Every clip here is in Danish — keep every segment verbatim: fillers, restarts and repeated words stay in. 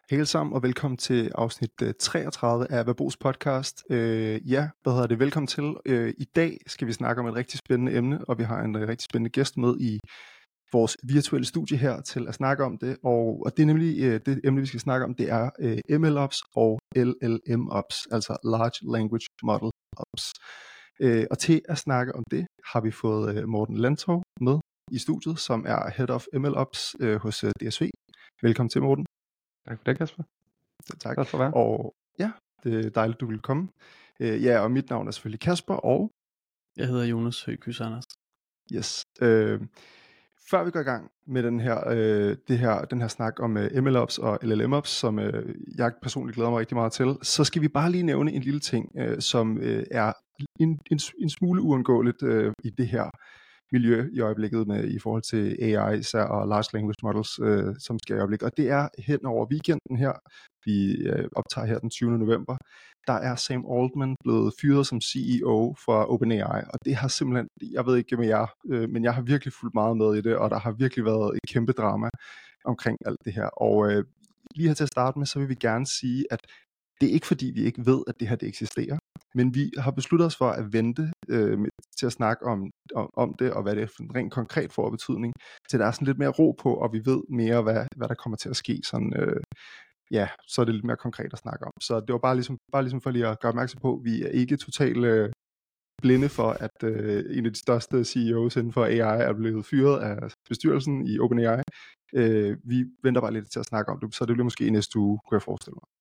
Hej alle sammen, og velkommen til afsnit treogtredive af Verbos podcast. Øh, ja, hvad hedder det? Velkommen til. Øh, I dag skal vi snakke om et rigtig spændende emne, og vi har en rigtig spændende gæst med i vores virtuelle studie her til at snakke om det. Og, og det er nemlig øh, det emne, vi skal snakke om, det er øh, M L Ops og L L M Ops, altså Large Language Model Ops. Øh, og til at snakke om det, har vi fået øh, Morten Landtorv med i studiet, som er Head of M L Ops øh, hos øh, D S V. Velkommen til, Morten. Tak for det, Kasper. Så tak. Tak for at være. Og ja, det er dejligt, du vil komme. Uh, ja, og mit navn er selvfølgelig Kasper, og jeg hedder Jonas Høgkys Anders. Yes. Uh, før vi går i gang med den her, uh, det her, den her snak om uh, M L Ops og L L M Ops, som uh, jeg personligt glæder mig rigtig meget til, så skal vi bare lige nævne en lille ting, uh, som uh, er en, en, en smule uundgåeligt uh, i det her miljø i øjeblikket med i forhold til A I især og large language models, øh, som skal i øjeblikket. Og det er hen over weekenden her, vi øh, optager her den tyvende november, der er Sam Altman blevet fyret som C E O for OpenAI, og det har simpelthen, jeg ved ikke med jer, øh, men jeg har virkelig fulgt meget med i det, og der har virkelig været et kæmpe drama omkring alt det her. Og øh, lige her til at starte med, så vil vi gerne sige, at det er ikke fordi, vi ikke ved, at det her det eksisterer, men vi har besluttet os for at vente øh, med, til at snakke om, om, om det, og hvad det er rent konkret får betydning, til der er sådan lidt mere ro på, og vi ved mere, hvad, hvad der kommer til at ske. Sådan, øh, ja, så er det lidt mere konkret at snakke om. Så det var bare ligesom, bare ligesom for lige at gøre opmærksom på, at vi er ikke totalt øh, blinde for, at øh, en af de største C E O's inden for A I er blevet fyret af bestyrelsen i OpenAI. Øh, vi venter bare lidt til at snakke om det, så det bliver måske i næste uge, kunne jeg forestille mig.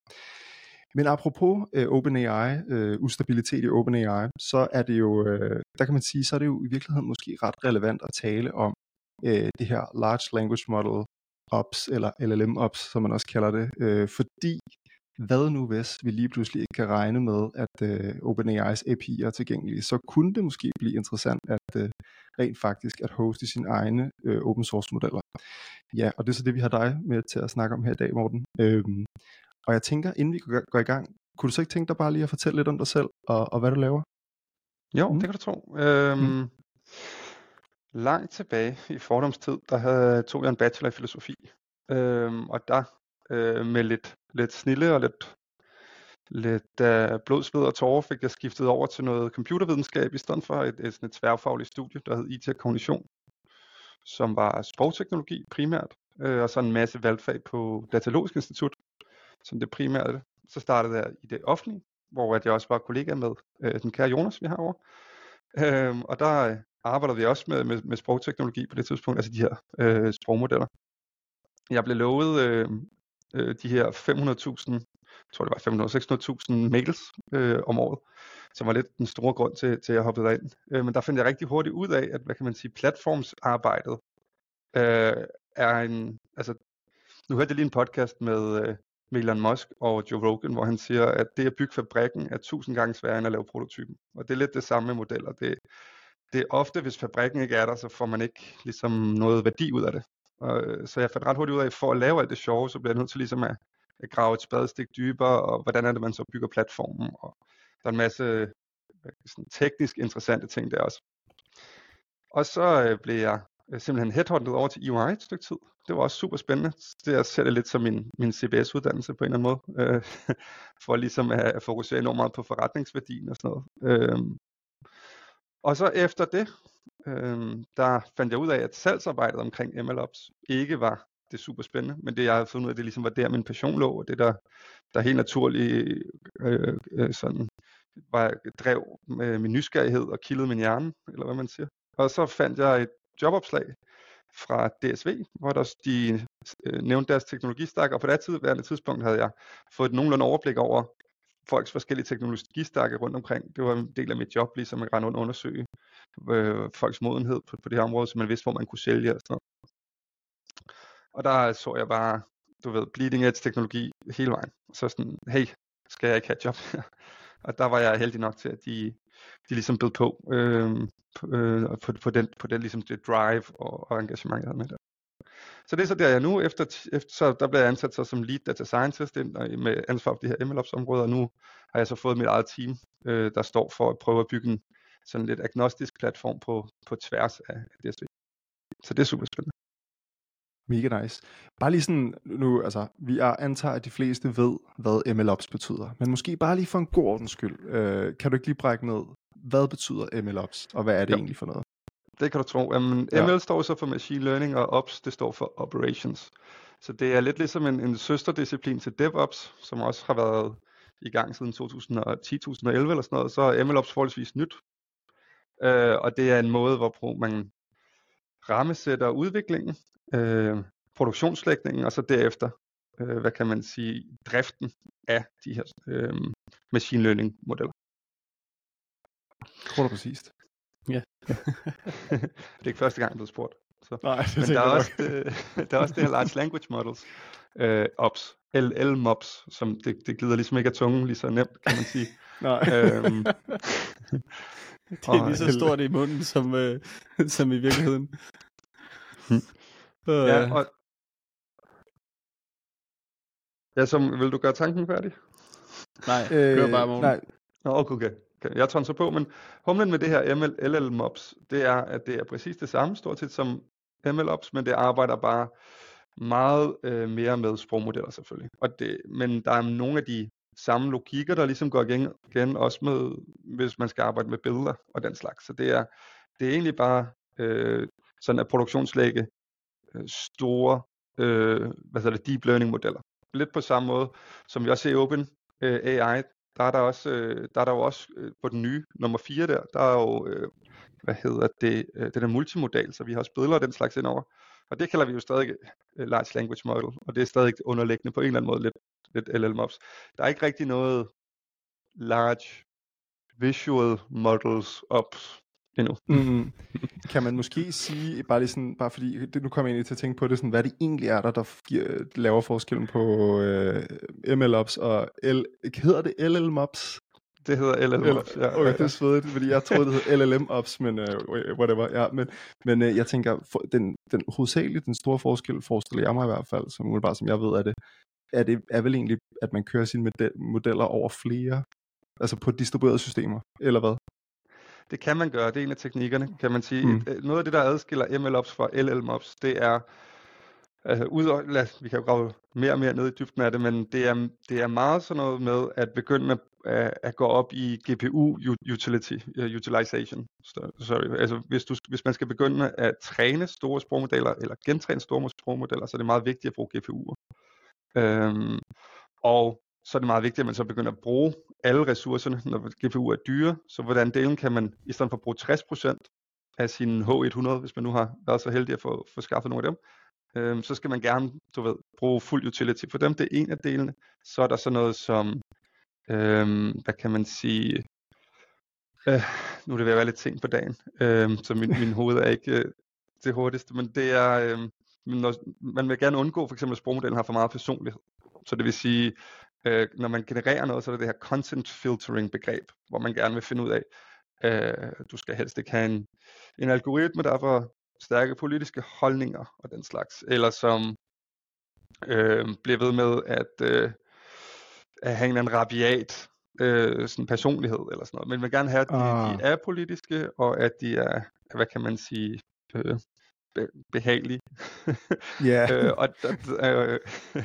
Men apropos øh, OpenAI, øh, ustabilitet i OpenAI, så er det jo, øh, der kan man sige, så er det jo i virkeligheden måske ret relevant at tale om øh, det her Large Language Model Ops, eller L L M Ops, som man også kalder det, øh, fordi hvad nu hvis vi lige pludselig ikke kan regne med, at øh, OpenAI's A P I er tilgængelige, så kunne det måske blive interessant at øh, rent faktisk at hoste sine egne øh, open source modeller. Ja, og det er så det, vi har dig med til at snakke om her i dag, Morten. Øhm, Og jeg tænker, inden vi går i gang, kunne du så ikke tænke dig bare lige at fortælle lidt om dig selv, og, og hvad du laver? Jo, Mm. det kan du tro. Øhm, Mm. Langt tilbage i fordomstid, der havde, tog jeg en bachelor i filosofi. Øhm, og der øh, med lidt, lidt snille og lidt, lidt øh, blod, sved og tårer fik jeg skiftet over til noget computervidenskab, i stedet for et, et, et tværfagligt studie, der hed I T og Kognition, som var sprogteknologi primært, øh, og så en masse valgfag på Datalogisk Institut, som det primære. Så startede jeg i det offentlige, hvor jeg også var kollega med øh, den kære Jonas, vi har over. Øhm, og der arbejdede vi også med, med, med sprogteknologi på det tidspunkt, altså de her øh, sprogmodeller. Jeg blev lovet øh, øh, de her fem hundrede tusind, jeg tror det var fem hundrede til seks hundrede tusind mails øh, om året, som var lidt den store grund til, til at jeg hoppede ind. Øh, men der fandt jeg rigtig hurtigt ud af, at hvad kan man sige, platformsarbejdet øh, er en, altså nu hørte jeg lige en podcast med øh, med Elon Musk og Joe Rogan, hvor han siger, at det at bygge fabrikken er tusind gange sværere end at lave prototypen. Og det er lidt det samme med modeller. Det, det er ofte, hvis fabrikken ikke er der, så får man ikke ligesom noget værdi ud af det. Og, så jeg fandt ret hurtigt ud af, at for at lave alt det sjove, så bliver jeg nødt til ligesom at, at grave et spadestik dybere, og hvordan er det, man så bygger platformen. Og der er en masse sådan, teknisk interessante ting der også. Og så øh, blev jeg simpelthen headhunted over til E Y et stykke tid. Det var også super spændende. Det jeg ser det lidt som min, min C B S-uddannelse på en eller anden måde, øh, for ligesom at, at fokusere enormt meget på forretningsværdien og sådan noget. Øh, og så efter det, øh, der fandt jeg ud af, at salgsarbejdet omkring M L Ops ikke var det super spændende, men det jeg havde fundet ud af, det ligesom var der min passion lå, og det der, der helt naturligt øh, øh, sådan, var, drev med min nysgerrighed og kildede min hjerne, eller hvad man siger. Og så fandt jeg et jobopslag fra D S V, hvor der de øh, nævnte deres teknologistakke, og på det tidspunkt, tidspunkt havde jeg fået nogenlunde overblik over folks forskellige teknologistakke rundt omkring. Det var en del af mit job, ligesom at rende rundt og undersøge øh, folks modenhed på, på det her område, så man vidste, hvor man kunne sælge og sådan noget. Og der så jeg bare, du ved, bleeding edge teknologi hele vejen. Så sådan, hey, skal jeg ikke have et job her? Og der var jeg heldig nok til, at de, de ligesom bød på, øh, på, øh, på, på, den, på den ligesom det drive og, og engagement, jeg havde med der. Så det er så der, jeg nu, efter, efter så der blev jeg ansat så som lead data scientist ind, med ansvar for de her M L Ops områder, og nu har jeg så fået mit eget team, øh, der står for at prøve at bygge en sådan lidt agnostisk platform på, på tværs af D S V. Så det er super spændende. Mega nice. Bare lige sådan, nu, altså, vi er, antager, at de fleste ved, hvad MLOps betyder. Men måske bare lige for en god ordens skyld, øh, kan du ikke lige brække ned, hvad betyder MLOps, og hvad er det Jo. egentlig for noget? Det kan du tro. Um, Ja. M L står så for Machine Learning, og Ops, det står for Operations. Så det er lidt ligesom en, en søsterdisciplin til DevOps, som også har været i gang siden to tusind og ti til to tusind og elleve eller sådan noget. Så er MLOps forholdsvis nyt. Uh, og det er en måde, hvor man rammesætter udviklingen, uh, produktionslægningen, og så derefter, uh, hvad kan man sige, driften af de her uh, Machine Learning modeller. Tror du præcist? Ja. Det er ikke første gang, du har spurgt. Så. Nej, det Men der tænker er, jeg også, det, der er også det her Large Language Models, uh, Ops, L L M Ops, som det, det glider ligesom ikke af tungen lige så nemt, kan man sige. Nej. øhm, Det er lige så Og- stort i munden, som, øh, som i virkeligheden. Hmm. Øh, ja, og, ja, så vil du gøre tanken færdig? Nej, Øh, kør bare, morgen. nej, Nå, okay, okay. okay. Jeg tonser på, men humlen med det her M L L M Ops, det er, at det er præcis det samme, stort set som M L Ops, men det arbejder bare meget øh, mere med sprogmodeller selvfølgelig. Og det, men der er nogle af de samme logikker, der ligesom går igen, igen også med, hvis man skal arbejde med billeder og den slags. Så det er, det er egentlig bare øh, sådan at produktionslægge øh, store øh, hvad hedder det, deep learning modeller. Lidt på samme måde, som vi også ser i Open øh, A I, der er der også, øh, der er der jo også øh, på den nye nummer fire der, der er jo, øh, hvad hedder det, øh, den er multimodal, så vi har også billeder og den slags indover. Og det kalder vi jo stadig uh, Large Language Model, og det er stadig underliggende på en eller anden måde lidt, lidt L L M Ops. Der er ikke rigtig noget Large Visual Models Ops endnu. mm, kan man måske sige, bare, lige sådan, bare fordi, det, nu kommer jeg egentlig til at tænke på det, sådan, hvad det egentlig er, der, der giver, laver forskellen på øh, MLOps og L, hedder det L L M Ops? Det hedder L L M Ops, ja. Okay, det er svedigt, fordi jeg troede, det hed L L M Ops, men uh, whatever. Ja, men men uh, jeg tænker, for, den, den hovedsageligt, den store forskel, forestiller jeg mig i hvert fald, som umiddelbart som jeg ved, er det, er det er vel egentlig, at man kører sine model, modeller over flere, altså på distribuerede systemer, eller hvad? Det kan man gøre, det er en af teknikkerne, kan man sige. Mm. Et, noget af det, der adskiller M L Ops fra L L M Ops, det er, altså, udover, lad, vi kan jo grave mere og mere ned i dybden af det, men det er, det er meget sådan noget med at begynde at, at, at gå op i G P U utility, uh, utilization. Sorry. Altså, hvis, du, hvis man skal begynde at træne store sprogmodeller, eller gentræne store sprogmodeller, så er det meget vigtigt at bruge G P U'er. Øhm, og så er det meget vigtigt, at man så begynder at bruge alle ressourcerne, når G P U er dyre. Så hvordan delen kan man, i stedet for at bruge tres procent af sin H hundrede, hvis man nu har været så heldig at få, få skaffet nogle af dem, øhm, så skal man gerne, du ved, bruge fuld utility for dem. Det er en af delene. Så er der så noget som, øhm, hvad kan man sige, øh, nu er det ved at være lidt ting på dagen, øhm, så min, min hoved er ikke øh, det hurtigste, men det er, øh, når, man vil gerne undgå, for eksempel at sprogmodellen har for meget personlighed. Så det vil sige, øh, når man genererer noget, så er det det her content filtering begreb, hvor man gerne vil finde ud af, øh, du skal helst ikke have en, en algoritme, der får stærke politiske holdninger og den slags, eller som øh, bliver ved med at, øh, at have en eller anden rabiat øh, sådan personlighed eller sådan noget. Men man vil gerne have, at de, Ah. de er politiske, og at de er, hvad kan man sige, øh, be, behagelige. Ja. øh, og, og, øh,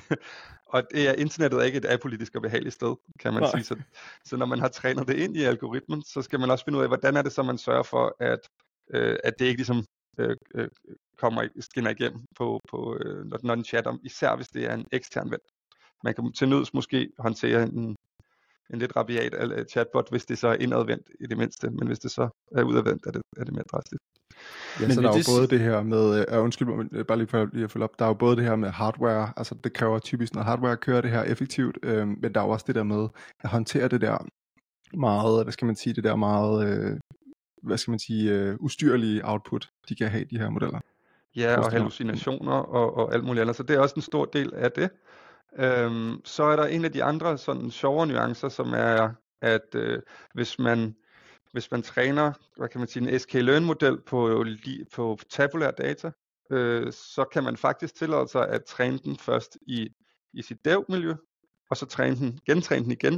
og det er, internettet er ikke et apolitisk og behageligt sted, kan man Nej. sige. Så, så når man har trænet det ind i algoritmen, så skal man også finde ud af, hvordan er det så, man sørger for, at, øh, at det ikke ligesom øh, øh, kommer, skinner igennem, på, på, øh, når, når den chatter, især hvis det er en ekstern ven. Man kan til nøds måske håndtere en, en lidt rabiat uh, chatbot, hvis det så er indadvendt i det mindste, men hvis det så er udadvendt, er det, er det mere drastisk. Ja, Men så vil der er jo det både sige- det her med, øh, undskyld mig, men, øh, bare lige for lige at følge op, der er jo både det her med hardware, altså det kræver typisk noget hardware at køre det her effektivt, øh, men der er jo også det der med at håndtere det der meget, hvad skal man sige, det der meget, øh, hvad skal man sige, øh, ustyrlige output, de kan have, de her modeller. Ja, og Forestiller mig. hallucinationer og, og alt muligt andet, så det er også en stor del af det. Øhm, så er der en af de andre sådan sjovere nuancer, som er, at øh, hvis man hvis man træner, hvad kan man sige, en sklearn-model på, li- på tabulær data, øh, så kan man faktisk tillade sig at træne den først i, i sit dev-miljø, og så træne den, gentræne den igen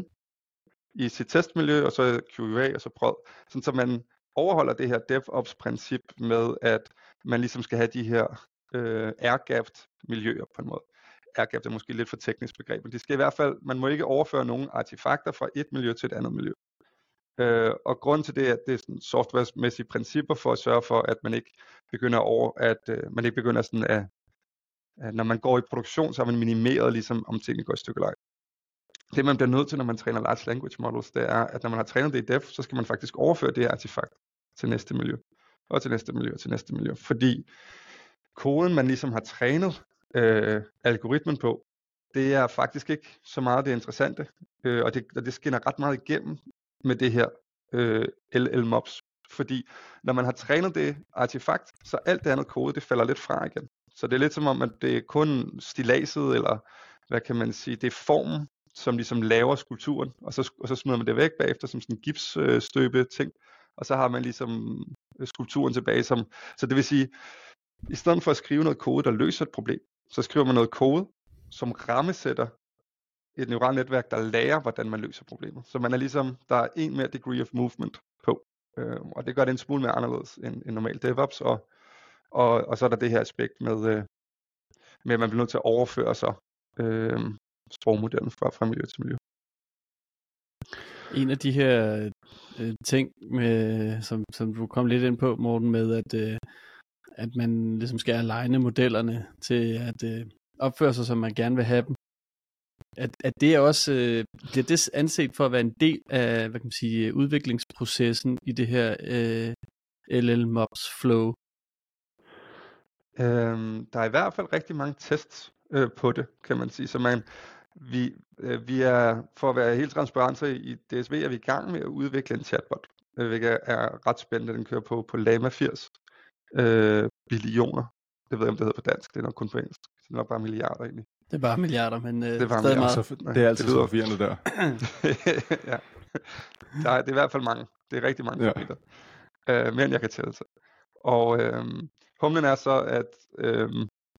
i sit testmiljø, og så Q A, og så prøv. Sådan så man overholder det her DevOps-princip med, at man ligesom skal have de her øh, air-gapped miljøer på en måde. Air-gapped er måske lidt for teknisk begreb, men de skal i hvert fald, man må ikke overføre nogen artefakter fra et miljø til et andet miljø. Øh, og grunden til det er, at det er sådan softwaremæssige principper for at sørge for, at man ikke begynder over, at øh, man ikke begynder sådan at, at når man går i produktion, så har man minimeret ligesom, om tingene går i stykker eller ej. Det man bliver nødt til, når man træner large language models, det er, at når man har trænet det i def, så skal man faktisk overføre det her artefakt til næste miljø, og til næste miljø, og til næste miljø. Fordi koden, man ligesom har trænet øh, algoritmen på, det er faktisk ikke så meget det interessante, øh, og, det, og det skinner ret meget igennem med det her øh, L L M O P S. Fordi når man har trænet det artefakt, så alt det andet kode, det falder lidt fra igen. Så det er lidt som om, at det er kun stiladset, eller hvad kan man sige, det er formen, som ligesom laver skulpturen, og så, og så smider man det væk bagefter som sådan en gipsstøbe ting, og så har man ligesom skulpturen tilbage som, så det vil sige, i stedet for at skrive noget kode, der løser et problem, så skriver man noget kode, som rammesætter et neuralt netværk, der lærer, hvordan man løser problemet. Så man er ligesom, der er en mere degree of movement på, øh, og det gør det en smule mere anderledes end, end normal DevOps, og, og, og så er der det her aspekt med, øh, med at man bliver nødt til at overføre sig øh, sprogmodellen fra, fra miljø til miljø. En af de her øh, ting, med, som, som du kom lidt ind på, Morten, med at, øh, at man ligesom skal aligne modellerne til at øh, opføre sig, som man gerne vil have dem. At, at det er også øh, bliver det anset for at være en del af, hvad kan man sige, udviklingsprocessen i det her øh, L L M O P S flow. Øhm, der er i hvert fald rigtig mange tests øh, på det, kan man sige. Så man, vi, øh, vi er, for at være helt transparente i D S V, er vi i gang med at udvikle en chatbot, øh, hvilket er ret spændende. Den kører på, på Llama firs øh, billioner. Det ved jeg, om det hedder på dansk. Det er nok kun på engelsk. Det er nok bare milliarder egentlig. Det er bare milliarder, men øh, det er bare stadig milliarder. meget. Så, det er altid det lyder... så forvirrende der. Ja. Der er, det er i hvert fald mange. Det er rigtig mange ja. parametre. Øh, mere end jeg kan tælle til. Og øh, humlen er så, at, øh,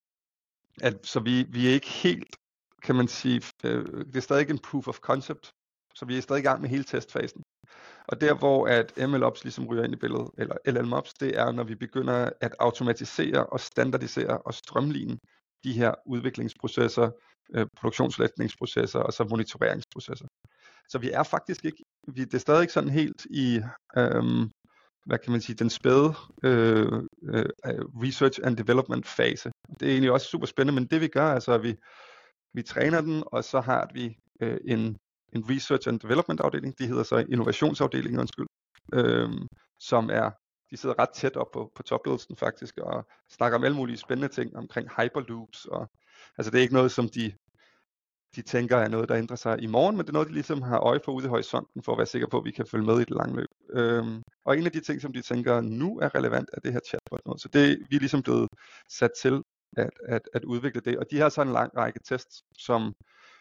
at så vi, vi er ikke helt, kan man sige, øh, det er stadig ikke en proof of concept, så vi er stadig i gang med hele testfasen. Og der hvor at M L Ops ligesom ryger ind i billedet, eller L L M O P S, det er når vi begynder at automatisere og standardisere og strømline de her udviklingsprocesser, øh, produktionslægningsprocesser og så monitoreringsprocesser. Så vi er faktisk ikke, vi, det er stadig ikke sådan helt i, øhm, hvad kan man sige, den spæde øh, øh, research and development fase. Det er egentlig også super spændende, men det vi gør, altså at vi, vi træner den, og så har vi øh, en, en research and development afdeling, de hedder så innovationsafdelingen, undskyld, øh, som er, de sidder ret tæt op på, på topledelsen faktisk, og snakker om alle mulige spændende ting omkring hyperloops, og altså det er ikke noget, som de de tænker er noget, der ændrer sig i morgen, men det er noget, de ligesom har øje for ude i horisonten, for at være sikker på, at vi kan følge med i det lange løb. Øhm, og en af de ting, som de tænker nu er relevant, er det her chatbot noget. Så det vi er ligesom blevet sat til at, at, at udvikle det. Og de har så en lang række tests, som,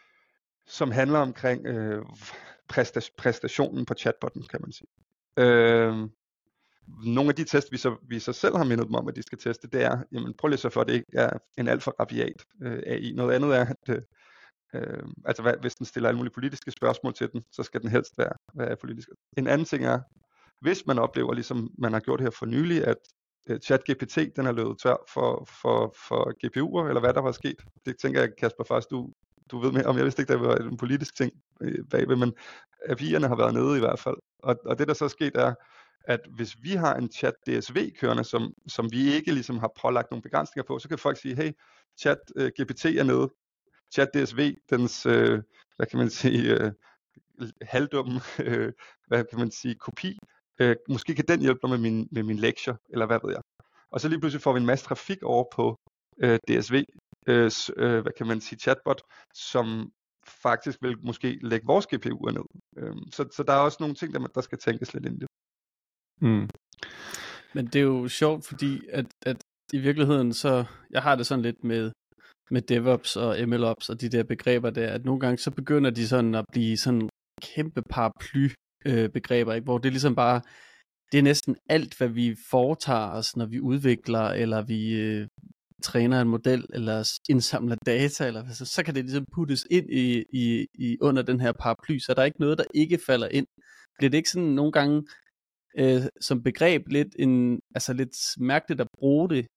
som handler omkring øh, præsta- præstationen på chatbotten, kan man sige. Øhm, nogle af de tests, vi så, vi så selv har mindet dem om, at de skal teste, det er, jamen prøv lige så for, at det ikke er en alt for rabiat øh, A I. Noget andet er, at øh, Øh, altså hvad, hvis den stiller alle mulige politiske spørgsmål til den, så skal den helst være, være politisk. En anden ting er, hvis man oplever, ligesom man har gjort her for nylig, at uh, ChatGPT den er løbet tør for, for, for G P U'er, eller hvad der var sket. Det tænker jeg, Kasper, faktisk du, du ved mere om. Jeg vidste ikke, der var en politisk ting øh, bagved, men A P I'erne har været nede i hvert fald. Og, og det der så er sket er, at hvis vi har en chat D S V kørende, som, som vi ikke ligesom har pålagt nogle begrænsninger på, så kan folk sige, hey, chat uh, G P T er nede. Chat D S V, dens, øh, hvad kan man sige, øh, halvdumme, øh, hvad kan man sige, kopi, øh, måske kan den hjælpe dig med min, med min lektie, eller hvad ved jeg. Og så lige pludselig får vi en masse trafik over på øh, D S V, øh, øh, hvad kan man sige, chatbot, som faktisk vil måske lægge vores G P U'er ned. Øh, så, så der er også nogle ting, der, der skal tænkes lidt ind i det. Mm. Men det er jo sjovt, fordi at, at i virkeligheden, så jeg har det sådan lidt med, med DevOps og M L Ops og de der begreber der, at nogle gange så begynder de sådan at blive sådan kæmpe paraply øh, begreber, ikke? Hvor det er ligesom bare, det er næsten alt, hvad vi foretager os, når vi udvikler, eller vi øh, træner en model, eller indsamler data, eller så, så kan det ligesom puttes ind i, i, i under den her paraply, så der er ikke noget, der ikke falder ind. Bliver det ikke sådan nogle gange øh, som begreb lidt, en, altså lidt mærkeligt at bruge det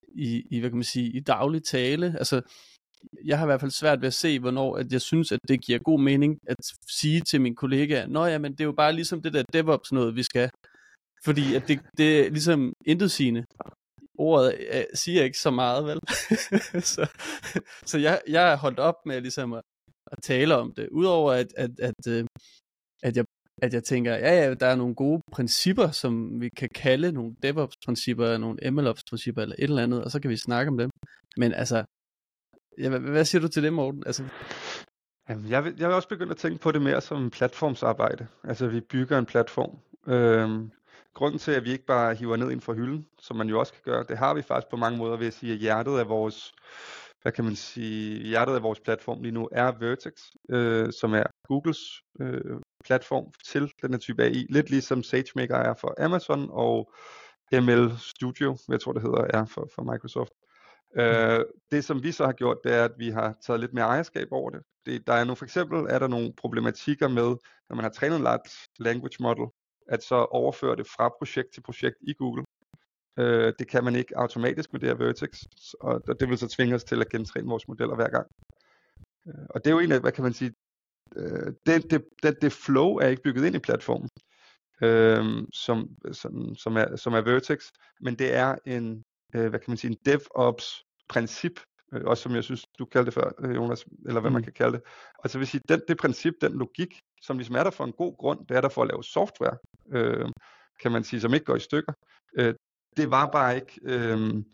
i, i, hvad kan man sige, i daglig tale. Altså, jeg har i hvert fald svært ved at se, hvornår at jeg synes, at det giver god mening at sige til mine kollegaer, nå ja, men det er jo bare ligesom det der DevOps noget, vi skal. Fordi at det, det er ligesom intetsigende. Ordet øh, siger ikke så meget, vel? så så jeg, jeg er holdt op med ligesom at, at tale om det. Udover at, at, at, at, at, jeg, at jeg tænker, ja ja, der er nogle gode principper, som vi kan kalde nogle DevOps-principper, nogle M L Ops-principper eller et eller andet, og så kan vi snakke om dem. Men altså, ja, hvad, hvad siger du til det, Morten? Altså... Jamen, jeg, vil, jeg vil også begynde at tænke på det mere som platformsarbejde. Altså, vi bygger en platform. Øhm, grunden til, at vi ikke bare hiver ned ind for hylden, som man jo også kan gøre, det har vi faktisk på mange måder ved at sige, at hjertet af vores, hvad kan man sige, hjertet af vores platform lige nu er Vertex, øh, som er Googles øh, platform til den her type A I. Lidt ligesom SageMaker er for Amazon, og M L Studio, jeg tror det hedder, er for, for Microsoft. Øh, det som vi så har gjort, det er, at vi har taget lidt mere ejerskab over det. det der er nu for eksempel er der nogle problematikker med, når man har trænet en large language model, at så overføre det fra projekt til projekt i Google. Øh, det kan man ikke automatisk med det her Vertex, og det vil så tvinge os til at gentræne vores modeller hver gang. Øh, og det er jo egentlig, hvad kan man sige, øh, det, det, det, det flow er ikke bygget ind i platformen, øh, som, som, som, er, som er Vertex, men det er en hvad kan man sige, en DevOps princip, også som jeg synes, du kaldte det før, Jonas, eller hvad mm. man kan kalde det. Og så vil sige, den, det princip, den logik, som ligesom er der for en god grund, det er der for at lave software, øh, kan man sige, som ikke går i stykker. Øh, det var bare ikke, øh,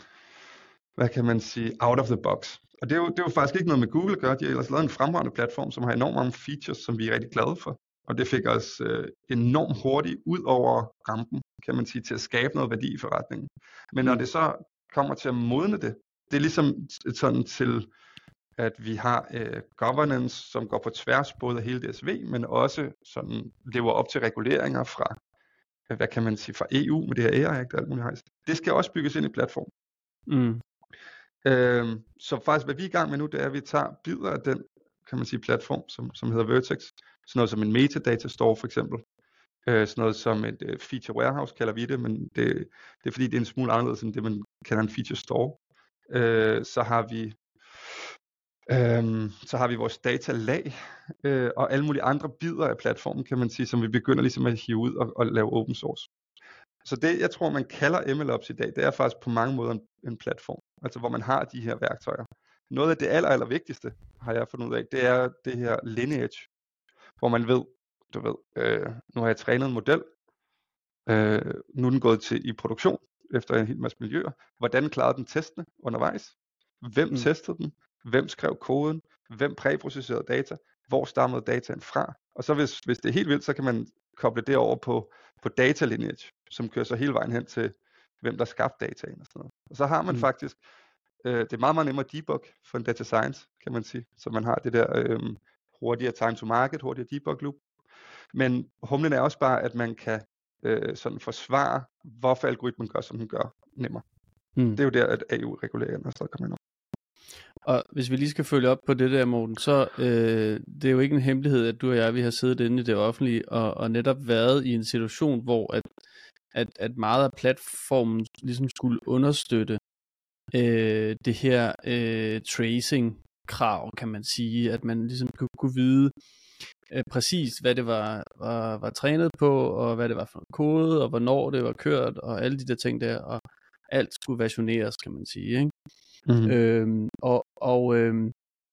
hvad kan man sige, out of the box. Og det er, jo, det er jo faktisk ikke noget med Google at gøre, de har ellers lavet en fremragende platform, som har enormt mange features, som vi er rigtig glade for. Og det fik os øh, enormt hurtigt ud over rampen, kan man sige, til at skabe noget værdi i forretningen. Men når det så kommer til at modne det, det er ligesom sådan til, at vi har øh, governance, som går på tværs både af hele D S V, men også sådan lever op til reguleringer fra, øh, hvad kan man sige, fra E U med det her A I Act og alt muligt hejst. Det skal også bygges ind i platformen. Mm. Øh, så faktisk, hvad vi er i gang med nu, det er, at vi tager bidder af den, kan man sige, platform, som, som hedder Vertex. Sådan noget som en metadata store for eksempel. Øh, sådan noget som et uh, feature warehouse kalder vi det, men det, det er fordi det er en smule anderledes end det man kalder en feature store. Øh, så har vi øh, så har vi vores datalag øh, og alle mulige andre bidder af platformen, kan man sige, som vi begynder ligesom at hive ud og, og lave open source. Så det jeg tror man kalder M L Ops i dag, det er faktisk på mange måder en, en platform, altså hvor man har de her værktøjer. Noget af det aller aller vigtigste har jeg fundet ud af, det er det her lineage, hvor man ved, du ved, øh, nu har jeg trænet en model, øh, nu er den gået til i produktion efter en hel masse miljøer. Hvordan klarede den testene undervejs? Hvem mm. testede den? Hvem skrev koden? Hvem præprocesserede data? Hvor stammede dataen fra? Og så hvis, hvis det er helt vildt, så kan man koble det over på, på data lineage, som kører så hele vejen hen til, hvem der skabte dataen og sådan noget. Og så har man mm. faktisk, øh, det er meget, meget nemmere at debug for en data science, kan man sige. Så man har det der øh, hurtigere time to market, hurtigere debug loop. Men humlen er også bare, at man kan øh, sådan forsvare, hvorfor algoritmen gør, som den gør, nemmere. Mm. Det er jo der, at A U-reguleringen så kommer ind over. Og hvis vi lige skal følge op på det der, Morten, så øh, det er jo ikke en hemmelighed, at du og jeg, vi har siddet inde i det offentlige, og, og netop været i en situation, hvor at, at, at meget af platformen ligesom skulle understøtte øh, det her øh, tracing-krav, kan man sige, at man ligesom kunne, kunne vide øh, præcis, hvad det var, var, var trænet på, og hvad det var for en kode, og hvornår det var kørt, og alle de der ting der, og alt skulle versioneres, kan man sige, ikke? Mm-hmm. Øhm, og og øhm,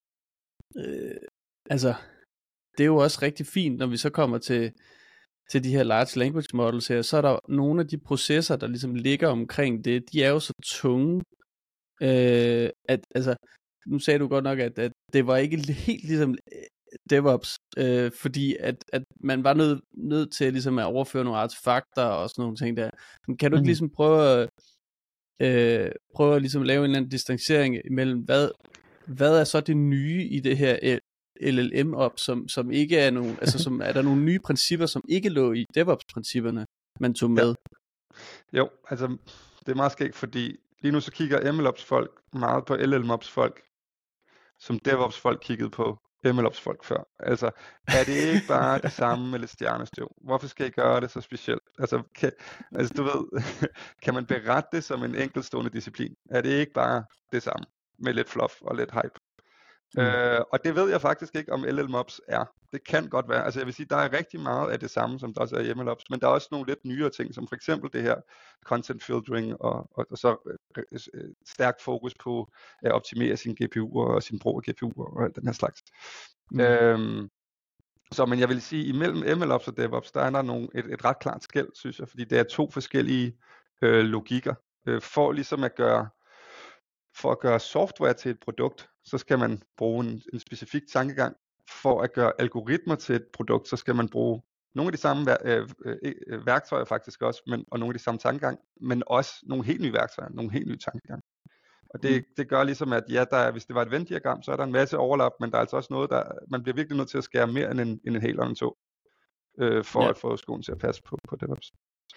øh, altså det er jo også rigtig fint, når vi så kommer til til de her large language models her, så er der nogle af de processer, der ligesom ligger omkring det, de er jo så tunge, øh, at altså nu sagde du godt nok, at, at det var ikke helt ligesom DevOps, øh, fordi at, at man var nødt nød til ligesom at overføre nogle artefakter og sådan nogle ting der. Men kan du ikke mm-hmm. ligesom prøve at Øh, prøve at ligesom lave en eller anden distancering imellem, hvad, hvad er så det nye i det her L L M-op, som, som ikke er nogen, altså som, er der nogle nye principper, som ikke lå i DevOps-principperne, man tog med? Ja. Jo, altså det er meget skægt, fordi lige nu så kigger M L Ops folk meget på L L M Ops folk, som DevOps folk kiggede på M L Ops folk før. Altså, er det ikke bare det samme med lidt stjernestøv? Hvorfor skal I gøre det så specielt? Altså, kan, altså du ved, kan man berette det som en enkeltstående disciplin? Er det ikke bare det samme med lidt fluff og lidt hype? Mm. Øh, og det ved jeg faktisk ikke, om L L M Ops er. Det kan godt være. Altså jeg vil sige, der er rigtig meget af det samme, som der også er i M L Ops, men der er også nogle lidt nyere ting, som for eksempel det her content filtering, og, og, og så øh, øh, stærkt fokus på at optimere sine G P U'er og sin brug af G P U'er og alt den her slags. Mm. Øhm, så men jeg vil sige, imellem M L Ops og DevOps, der er der nogle, et, et ret klart skel, synes jeg, fordi det er to forskellige øh, logikker. Øh, for ligesom at gøre For at gøre software til et produkt, så skal man bruge en, en specifik tankegang. For at gøre algoritmer til et produkt, så skal man bruge nogle af de samme vær, øh, øh, værktøjer faktisk også, men, og nogle af de samme tankegang, men også nogle helt nye værktøjer, nogle helt nye tankegang. Og det, mm. det gør ligesom, at ja, der er, hvis det var et Venn-diagram, så er der en masse overlap, men der er altså også noget, der man bliver virkelig nødt til at skære mere end en, end en hel og en tog, øh, for ja. at få skoen til at passe på, på DevOps.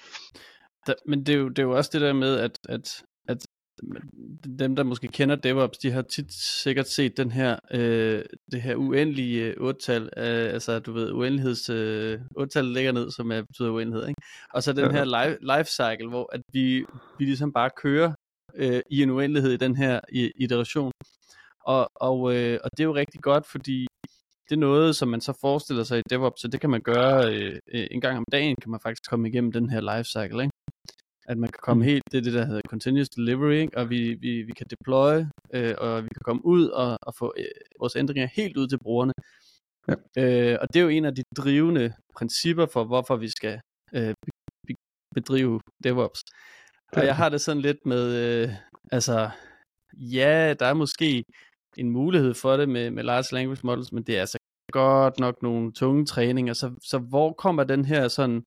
Da, men det er, jo, det er jo også det der med, at, at, at dem, der måske kender DevOps, de har tit sikkert set den her, øh, det her uendelige otte-tal, øh, altså du ved, uendeligheds øh, otte-tal ligger ned, som er, betyder uendelighed, ikke? Og så den ja. her life, life cycle, hvor at vi, vi ligesom bare kører øh, i en uendelighed i den her i, iteration. Og, og, øh, og det er jo rigtig godt, fordi det er noget, som man så forestiller sig i DevOps, så det kan man gøre øh, en gang om dagen, kan man faktisk komme igennem den her life cycle, ikke? At man kan komme helt, det er det der hedder continuous delivery, ikke? Og vi, vi, vi kan deploy, øh, og vi kan komme ud og, og få øh, vores ændringer helt ud til brugerne. Ja. Øh, og det er jo en af de drivende principper for, hvorfor vi skal øh, be, bedrive DevOps. Og jeg har det sådan lidt med, øh, altså, ja, der er måske en mulighed for det med, med large language models, men det er altså godt nok nogle tunge træninger. Så, så hvor kommer den her sådan,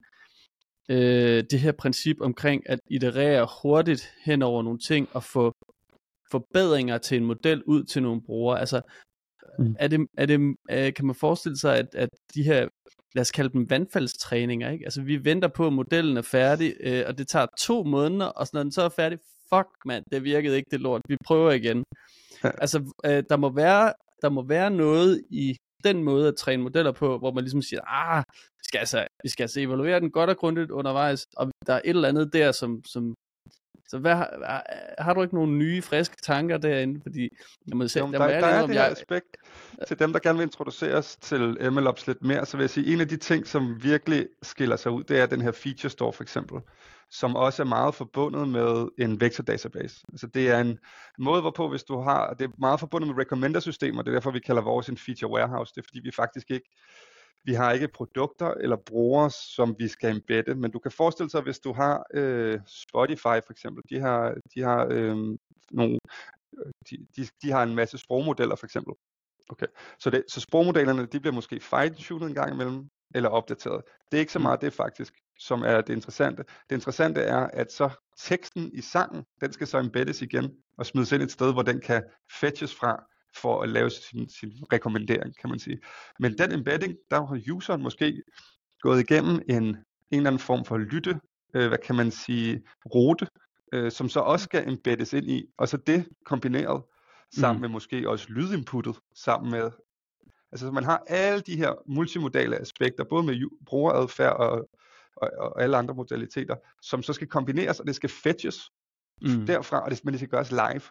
Øh, det her princip omkring at iterere hurtigt hen over nogle ting og få forbedringer til en model ud til nogle brugere? Altså, mm. er det, er det, øh, kan man forestille sig, at, at de her, lad os kalde dem vandfaldstræninger, ikke? Altså, vi venter på, at modellen er færdig, øh, og det tager to måneder, og så når den så er færdig, fuck mand, det virkede ikke, det lort, vi prøver igen. Ja. Altså, øh, der må være, der må være noget i den måde at træne modeller på, hvor man ligesom siger, ah, vi skal altså, vi skal altså evaluere den godt og grundigt undervejs, og der er et eller andet der, som, som så hvad, har, har du ikke nogle nye, friske tanker derinde? Fordi, jeg må selv, jo, der, der, må der er noget, det jeg... her aspekt, til dem, der gerne vil introduceres til M L Ops lidt mere, så vil jeg sige, en af de ting, som virkelig skiller sig ud, det er den her feature store for eksempel, som også er meget forbundet med en vector database. Altså det er en måde, hvorpå hvis du har, det er meget forbundet med recommender-systemer, det er derfor, vi kalder vores en feature warehouse, det er fordi, vi faktisk ikke, vi har ikke produkter eller brugere, som vi skal embedde, men du kan forestille sig, hvis du har øh, Spotify for eksempel, de har, de har øh, nogle, de, de, de har en masse sprogmodeller for eksempel. Okay. Så, det, så sprogmodellerne, de bliver måske fine-tunet en gang imellem, eller opdateret. Det er ikke så meget det faktisk, som er det interessante. Det interessante er, at så teksten i sangen, den skal så embeddes igen, og smides ind et sted, hvor den kan fetches fra, for at lave sin, sin rekommendering, kan man sige. Men den embedding, der har useren måske gået igennem en, en eller anden form for lytte, øh, hvad kan man sige, rute, øh, som så også skal embeddes ind i, og så det kombineret sammen mm. med måske også lydinputtet, sammen med, altså så man har alle de her multimodale aspekter, både med brugeradfærd og, og, og alle andre modaliteter, som så skal kombineres, og det skal fetches mm. derfra, og det, men det skal gøres live.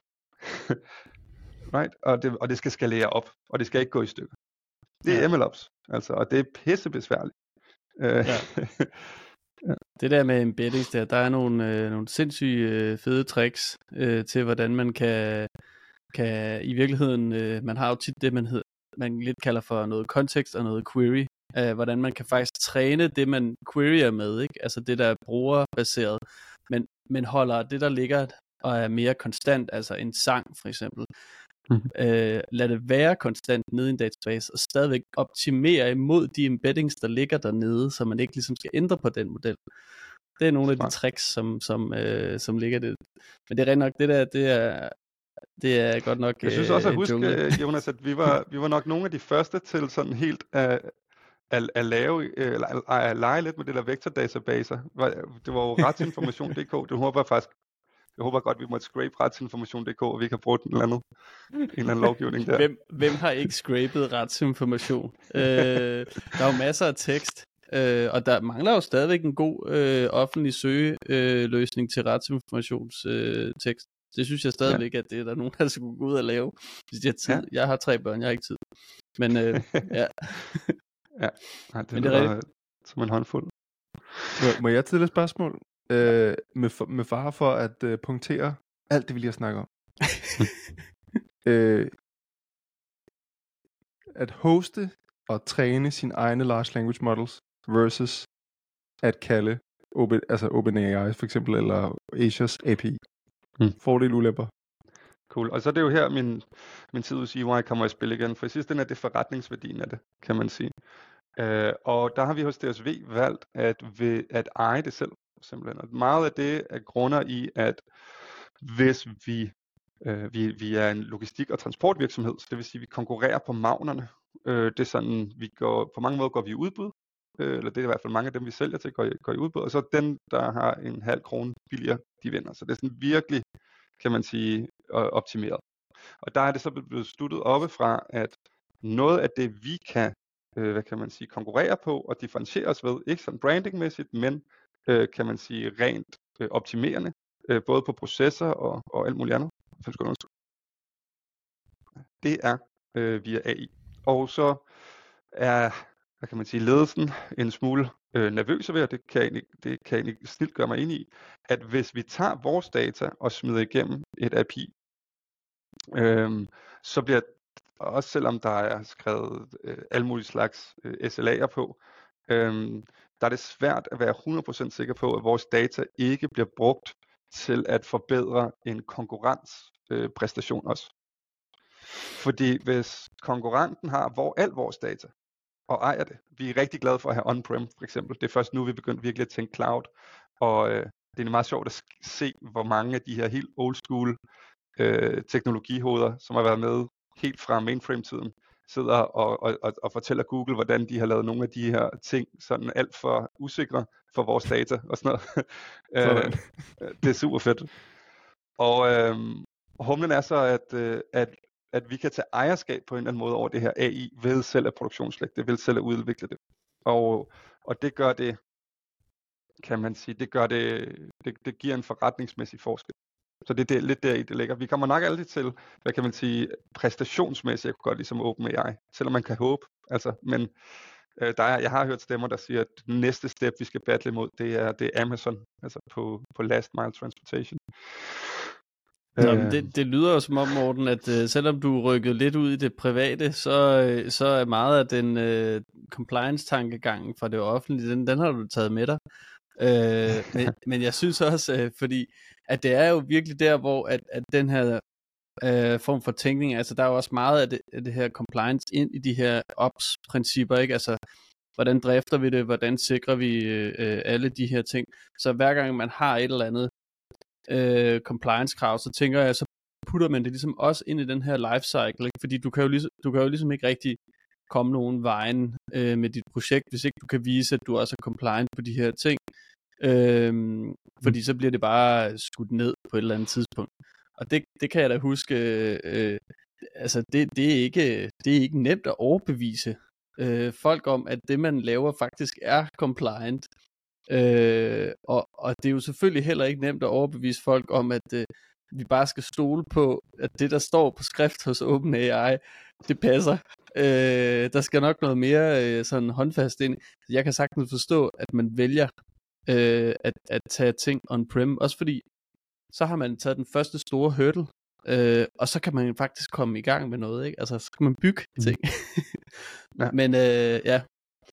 Right? Og, det, og det skal skalere op, og det skal ikke gå i stykker. Det er ja. M L Ops, altså, og det er pissebesværligt. Ja. Ja. Det der med embeddings der, der er nogle, øh, nogle sindssyge øh, fede tricks øh, til, hvordan man kan, kan i virkeligheden, øh, man har jo tit det, man, hed, man lidt kalder for noget kontekst og noget query, øh, hvordan man kan faktisk træne det, man queryer med, ikke? Altså det, der er brugerbaseret, men, men holder det, der ligger og er mere konstant, altså en sang for eksempel, mm-hmm. øh, lad det være konstant nede i en database, og stadigvæk optimere imod de embeddings, der ligger dernede, så man ikke ligesom skal ændre på den model. Det er nogle af de tricks, som, som, øh, som ligger det. Men det er rent nok, det der, det er, det er godt nok Jeg synes også at huske, jungle. Jonas, at vi var, vi var nok nogle af de første til sådan helt at, at, at lave, eller at, at lege lidt med det der vektor databaser. Det var jo retsinformation punktum d k, det håber jeg faktisk, jeg håber godt, vi måtte scrape retsinformation punktum d k, og vi ikke har brugt en eller anden, en eller anden lovgivning der. Hvem, hvem har ikke scrapet retsinformation? øh, der er jo masser af tekst, øh, og der mangler jo stadigvæk en god øh, offentlig søgeløsning øh, til retsinformationstekst. Øh, tekst. Det synes jeg stadigvæk, ja. At det er der nogen, der skal gå ud og lave, hvis de har tid. Ja. Jeg har tre børn, jeg har ikke tid. Men øh, ja. ja, nej, det, Men det er rigtigt. Som en håndfuld. Må, må jeg stille et spørgsmål? Øh, med, for, med fare for at øh, punktere alt det, vi lige har snakket om. øh, at hoste og træne sine egne large language models versus at kalde Open, altså OpenAI for eksempel, eller Azures A P I. Hmm. Fordel, ulemper. Cool. Og så er det jo her, min, min tid hos E Y kommer i spil igen, for i sidste ende er det forretningsværdien af det, kan man sige. Uh, og der har vi hos D S V valgt at, ved, at eje det selv, simpelthen. Og meget af det er grunder i, at hvis vi, uh, vi, vi er en logistik- og transportvirksomhed, så det vil sige, at vi konkurrerer på magnerne. Uh, det er sådan, vi går, på mange måder går vi i udbud, uh, eller det er i hvert fald mange af dem, vi sælger til, går i, går i udbud, og så den, der har en halv krone billigere, de vinder. Så det er sådan virkelig, kan man sige, optimeret. Og der er det så blevet sluttet oppefra, at noget af det, vi kan, øh, hvad kan man sige, konkurrere på og differentiere os ved, ikke sådan brandingmæssigt, men øh, kan man sige rent øh, optimerende, øh, både på processer og, og alt muligt andet. Det er øh, via A I. Og så er, hvad kan man sige, ledelsen en smule øh, nervøse ved, og det kan, egentlig, det kan jeg egentlig snilt gøre mig ind i, at hvis vi tager vores data og smider igennem et A P I, øh, så bliver, også selvom der er skrevet øh, alle mulige slags øh, S L A'er på, øh, der er det svært at være hundrede procent sikker på, at vores data ikke bliver brugt til at forbedre en konkurrenspræstation øh, også. Fordi hvis konkurrenten har hvor, al vores data, og ejer det. Vi er rigtig glade for at have on-prem, for eksempel. Det er først nu, vi er begyndt virkelig at tænke cloud. Og øh, det er meget sjovt at se, hvor mange af de her helt old school øh, teknologihoveder, som har været med helt fra mainframe-tiden, sidder og, og, og, og fortæller Google, hvordan de har lavet nogle af de her ting sådan alt for usikre for vores data og sådan noget. øh, det er super fedt. Og øh, humlen er så, at, øh, at at vi kan tage ejerskab på en eller anden måde over det her A I ved selv at produktionslægge det, ved selv at udvikle det. Og, og det gør det, kan man sige, det gør det, det, det giver en forretningsmæssig forskel. Så det er det, lidt der i det ligger. Vi kommer nok altid til, hvad kan man sige, præstationsmæssigt, jeg kunne godt ligesom OpenAI, selvom man kan håbe. Altså, men øh, der er, jeg har hørt stemmer, der siger, at den næste step, vi skal battle imod, det er, det er Amazon, altså på, på last mile transportation. Nå, men det, det lyder jo som om, Morten, at uh, selvom du rykkede lidt ud i det private, så, uh, så er meget af den uh, compliance-tankegangen fra det offentlige, den, den har du taget med dig. Uh, men, men jeg synes også, uh, fordi at det er jo virkelig der, hvor at, at den her uh, form for tænkning, altså der er jo også meget af det, af det her compliance ind i de her ops-principper, ikke? Altså, hvordan drifter vi det, hvordan sikrer vi uh, alle de her ting. Så hver gang man har et eller andet Øh, compliance-krav, så tænker jeg, så putter man det ligesom også ind i den her lifecycle, ikke? Fordi du kan, jo ligesom, du kan jo ligesom ikke rigtig komme nogen vejen øh, med dit projekt, hvis ikke du kan vise, at du også er compliant på de her ting, øh, fordi så bliver det bare skudt ned på et eller andet tidspunkt. Og det, det kan jeg da huske, øh, altså det, det, er ikke, det er ikke nemt at overbevise øh, folk om, at det man laver faktisk er compliant. Øh, og, og det er jo selvfølgelig heller ikke nemt at overbevise folk om, at øh, vi bare skal stole på, at det der står på skrift hos OpenAI, det passer. Øh, der skal nok noget mere øh, sådan håndfast ind. Jeg kan sagtens forstå, at man vælger øh, at, at tage ting on-prem, også fordi så har man taget den første store hurdle, øh, og så kan man faktisk komme i gang med noget, ikke? Altså så kan man bygge ting. ja. Men øh, ja.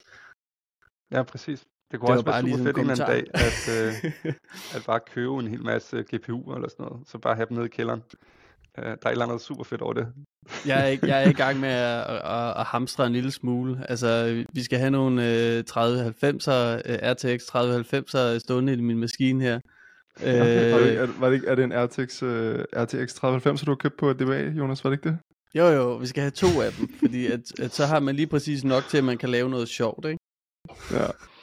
Ja, præcis. Det kunne det også være super fedt en anden dag, at, øh, at bare købe en hel masse G P U'er eller sådan noget, så bare have dem nede i kælderen. Uh, der er et eller andet super fedt over det. jeg, er ikke, jeg er i gang med at, at, at hamstre en lille smule. Altså, vi skal have nogle øh, tredive halvfemser, øh, R T X tredive halvfemser stående i min maskine her. Okay, var det, er, var det ikke, er det en R T X, uh, R T X tredive halvfemser, du har købt på D B A, Jonas? Var det ikke det? Jo, jo, vi skal have to af dem, fordi at, at så har man lige præcis nok til, at man kan lave noget sjovt, ikke? Ja.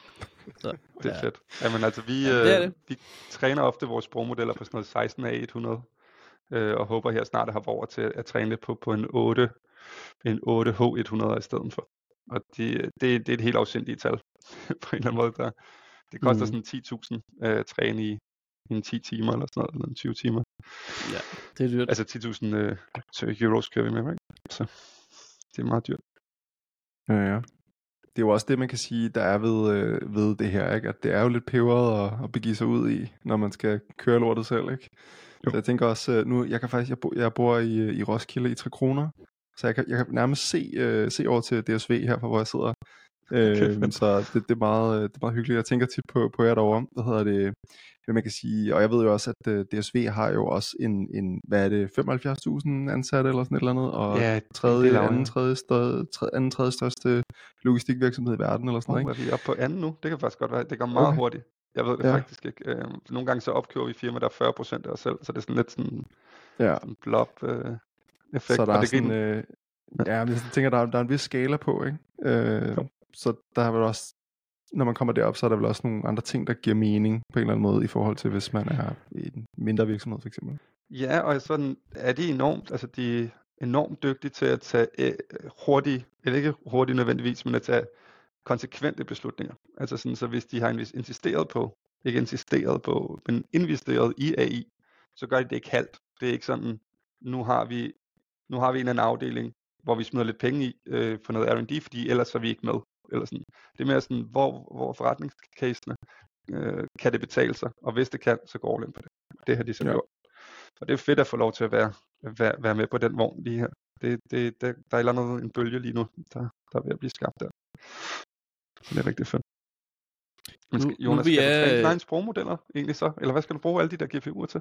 Så, Det er ja. fedt. Jamen altså, vi, Ja, det er øh, det. vi træner ofte vores sprogmodeller på sådan noget seksten A hundrede, øh, og håber her snart at have over til at træne det på, på en otte, en otte H hundrede i stedet for. Og de, det, det er et helt afsindigt tal på en eller anden måde. Der, det koster Mm. sådan ti tusind øh, træne i, i en ti timer eller sådan noget, eller en tyve timer. Ja, det er dyrt. Altså ti tusind øh, euros kører vi med, ikke? Så det er meget dyrt. Ja, ja. Det er jo også det, man kan sige, der er ved, øh, ved det her, ikke? At det er jo lidt peberet at, at begive sig ud i, når man skal køre lortet selv, ikke? Jo. Så jeg tænker også, øh, nu, jeg kan faktisk, jeg, bo, jeg bor i, øh, i Roskilde i Tre Kroner, så jeg kan, jeg kan nærmest se, øh, se over til D S V her, fra hvor jeg sidder. Øh, så det, det, er meget, det er meget hyggeligt. Jeg tænker tit på, på jer derovre. Hvad hedder det? Hvad man kan sige. Og jeg ved jo også, at uh, D S V har jo også en, en hvad er det, femoghalvfjerds tusind ansatte eller sådan et eller andet. Og Ja, tredje, det er anden, tredje, større, tredje, anden, tredje største logistikvirksomhed i verden eller sådan noget. Oh, Ikke? er vi oppe på anden nu? Det kan faktisk godt være. Det går meget Okay. hurtigt. Jeg ved det Ja. faktisk ikke. Øh, nogle gange så opkøber vi firma, der er fyrre procent af os selv, så det er sådan lidt sådan Ja. en blob øh, effekt. Så der og er det sådan, kan... øh, ja, men jeg tænker, der er, der er en vis skala på, ikke? Øh, så der er vel også, når man kommer derop, så er der vel også nogle andre ting, der giver mening på en eller anden måde, i forhold til, hvis man er i en mindre virksomhed, for eksempel. Ja, og sådan er de enormt, altså de er enormt dygtige til at tage øh, hurtige, eller ikke hurtigt nødvendigvis, men at tage konsekvente beslutninger. Altså sådan, så hvis de har insisteret på, ikke insisteret på, men investeret i A I, så gør de det ikke halvt. Det er ikke sådan, nu har vi, nu har vi en anden afdeling, hvor vi smider lidt penge i øh, for noget R and D, fordi ellers er vi ikke med. Eller sådan. Det er mere sådan, hvor, hvor forretningscasene øh, kan det betale sig, og hvis det kan, så går det ind på det. Det har de så Ja. gjort. Og det er fedt at få lov til at være, være, være med på den vogn lige her. Det, det, det, der er et eller andet, en bølge lige nu, der, der er ved at blive skabt der. Så det er rigtig fedt. Men skal, Nu- nu Jonas, vi skal du er- træne dine egne sprogmodeller egentlig så? Eller hvad skal du bruge alle de der G P U'er til?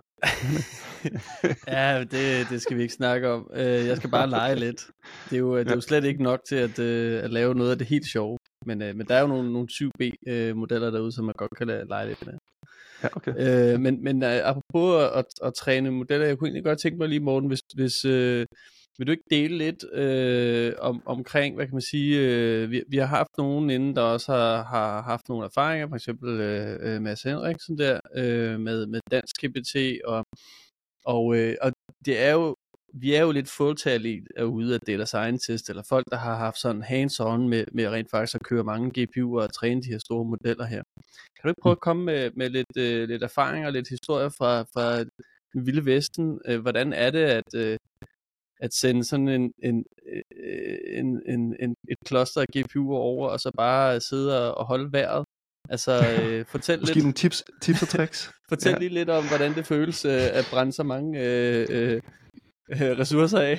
Ja, det, det skal vi ikke snakke om. Øh, Jeg skal bare lege lidt. Det er jo, det er jo slet ikke nok til at, øh, at lave noget af det helt sjove. Men, øh, men der er jo nogle, nogle syv B-modeller derude, som man godt kan la- lege lidt med. Ja, okay. Øh, men men øh, apropos at, at, at træne modeller, jeg kunne egentlig godt tænke mig lige, Morten, hvis, hvis øh, vil du ikke dele lidt øh, om, omkring, hvad kan man sige, øh, vi, vi har haft nogen inden, der også har, har haft nogle erfaringer, for eksempel øh, Mads Henriksen der, øh, med, med dansk G P T, og, og, øh, og det er jo, vi er jo lidt fåtallige ude af data scientist, eller folk, der har haft sådan hands-on med, med rent faktisk at køre mange G P U'er og træne de her store modeller her. Kan du ikke prøve at komme med, med lidt, øh, lidt erfaringer og lidt historier fra, fra den vilde vesten? Øh, hvordan er det at, øh, at sende sådan en, en, øh, en, en, en, et kloster af G P U'er over, og så bare sidde og holde vejret? Altså, øh, fortæl Måske lidt, nogle tips, tips og tricks. fortæl Ja. lige lidt om, hvordan det føles øh, at brænde så mange øh, øh, øh, ressourcer af.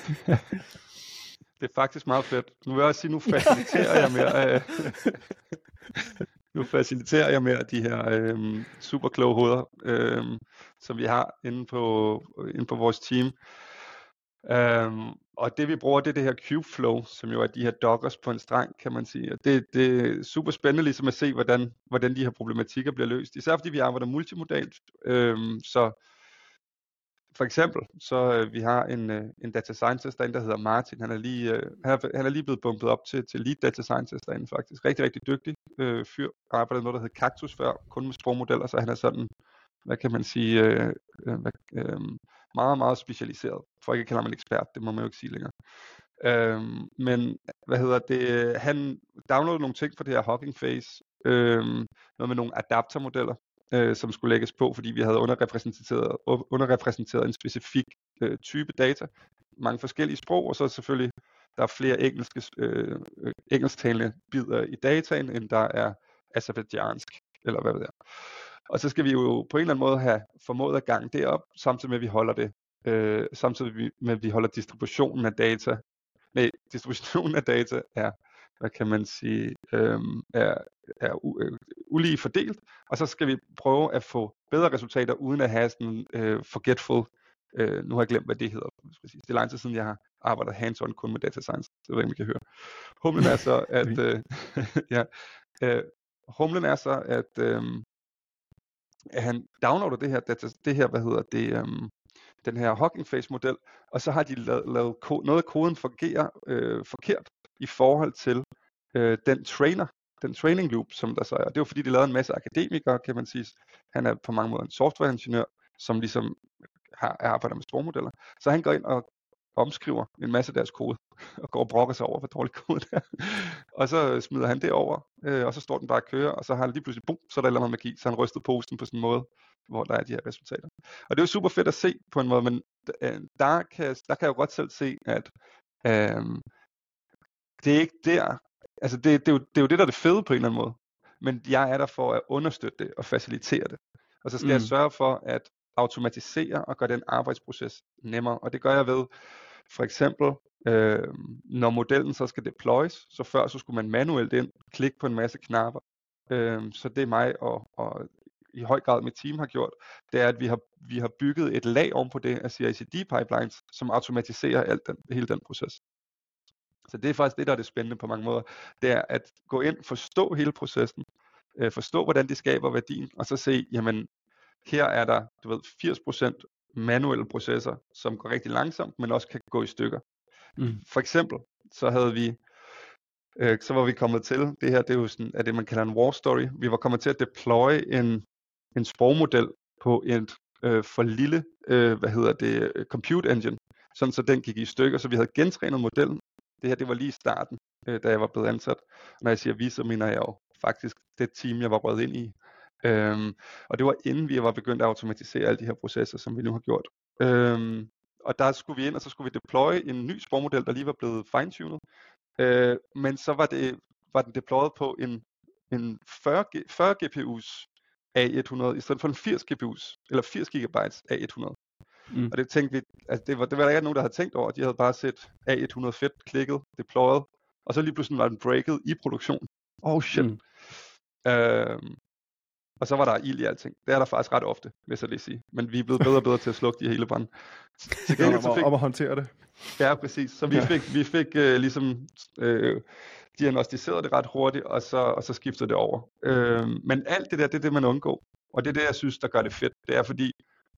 Det er faktisk meget fedt. Nu vil jeg også sige, nu faciliterer jeg mere. Øh, nu faciliterer jeg mere de her øh, super kloge hoveder, øh, som vi har inde på, inde på vores team. Um, og det vi bruger, det er det her Kubeflow, som jo er de her dockers på en streng, kan man sige. Og det, det er super spændende ligesom at se, hvordan, hvordan de her problematikker bliver løst. Især fordi vi arbejder multimodalt. Um, så for eksempel, så uh, vi har en, uh, en data scientist derinde, der hedder Martin. Han er lige, uh, han er, han er lige blevet bumpet op til, til lead data scientist derinde faktisk. Rigtig, rigtig dygtig uh, fyr. Han arbejdede noget, der hedder Cactus før, kun med sprogmodeller, så han er sådan, hvad kan man sige, uh, uh, uh, meget, meget specialiseret. For ikke at kalde ham en ekspert, det må man jo ikke sige længere. Øhm, men, hvad hedder det, han downloadede nogle ting fra det her Hugging Face, øhm, noget med nogle adaptermodeller, øh, som skulle lægges på, fordi vi havde underrepræsenteret, underrepræsenteret en specifik øh, type data, mange forskellige sprog, og så selvfølgelig, der er flere engelske, øh, engelsktalende bidder i dataen, end der er azerbaijansk, eller hvad ved jeg. Og så skal vi jo på en eller anden måde have formået at gange det op, samtidig med at vi holder det, øh, samtidig med at vi holder distributionen af data. Nej, distributionen af data er, hvad kan man sige, øh, er, er u, øh, ulige fordelt, og så skal vi prøve at få bedre resultater, uden at have sådan øh, forgetful, øh, nu har jeg glemt, hvad det hedder, præcis. Det er lang tid siden, jeg har arbejdet hands-on kun med data science, det ved jeg, om I kan høre. Humlen er så, at, øh, ja, øh, humlen er så, at, øh, at han downloader det her, data, det her, hvad hedder det, um, den her Hugging Face model, og så har de lavet, lavet ko- noget af koden fungerer øh, forkert i forhold til øh, den trainer, den training loop, som der så er. Og det var fordi, de lavede en masse akademikere, kan man sige. Han er på mange måder en softwareingeniør, som ligesom har, arbejder med sprogmodeller. Så han går ind og omskriver en masse af deres kode, og går og brokker sig over, hvor dårlig kode det er. Og så smider han det over, øh, og så står den bare og kører, og så har han lige pludselig, bum, så er der et eller andet magi, så han rystet posten på sådan en måde, hvor der er de her resultater. Og det er jo super fedt at se på en måde, men øh, der, kan, der kan jeg jo godt selv se, at øh, det er ikke der, altså det, det, er jo, det er jo det, der er det fede på en eller anden måde, men jeg er der for at understøtte det og facilitere det. Og så skal mm. jeg sørge for at automatisere og gøre den arbejdsproces nemmere, og det gør jeg ved, for eksempel, øh, når modellen så skal deploys, så før så skulle man manuelt ind, klikke på en masse knapper. Øh, så det er mig og, og i høj grad mit team har gjort, det er, at vi har, vi har bygget et lag oven på det af C I C D pipelines, som automatiserer alt den, hele den proces. Så det er faktisk det, der er det spændende på mange måder. Det er at gå ind, forstå hele processen, øh, forstå hvordan de skaber værdien, og så se, jamen her er der, du ved, firs procent manuelle processer, som går rigtig langsomt, men også kan gå i stykker. Mm. For eksempel, så havde vi, øh, så var vi kommet til, det her, det er jo sådan, er det man kalder en war story, vi var kommet til at deploy en, en sprogmodel på et øh, for lille, øh, hvad hedder det, compute engine, sådan så den gik i stykker, så vi havde gentrænet modellen. Det her, det var lige i starten, øh, da jeg var blevet ansat. Når jeg siger vi, så mener jeg jo faktisk det team, jeg var røget ind i. Øhm, og det var inden vi var begyndt at automatisere alle de her processer, som vi nu har gjort. Øhm, og der skulle vi ind, og så skulle vi deploye en ny sprogmodel, der lige var blevet fine-tunet. Øh, men så var, det, var den deployet på en, en fyrre G P U's A hundrede, i stedet for en firs G P U's, eller firs gigabytes A hundrede. Mm. Og det tænkte vi, altså det var, det var der ikke nogen, der havde tænkt over. De havde bare set A hundrede fedt, klikket, deployet, og så lige pludselig var den breaket i produktion. Oh shit. Mm. Øhm, og så var der ild i alting. Det er der faktisk ret ofte, hvis jeg lige sige. Men vi er blevet bedre og bedre til at slukke de hele brand. Til gengæld så fik... Om at håndtere det. Ja, præcis. Så vi fik, vi fik uh, ligesom uh, diagnostiseret det ret hurtigt, og så, og så skiftede det over. Uh, men alt det der, det er det, man undgår. Og det er det, jeg synes, der gør det fedt. Det er fordi,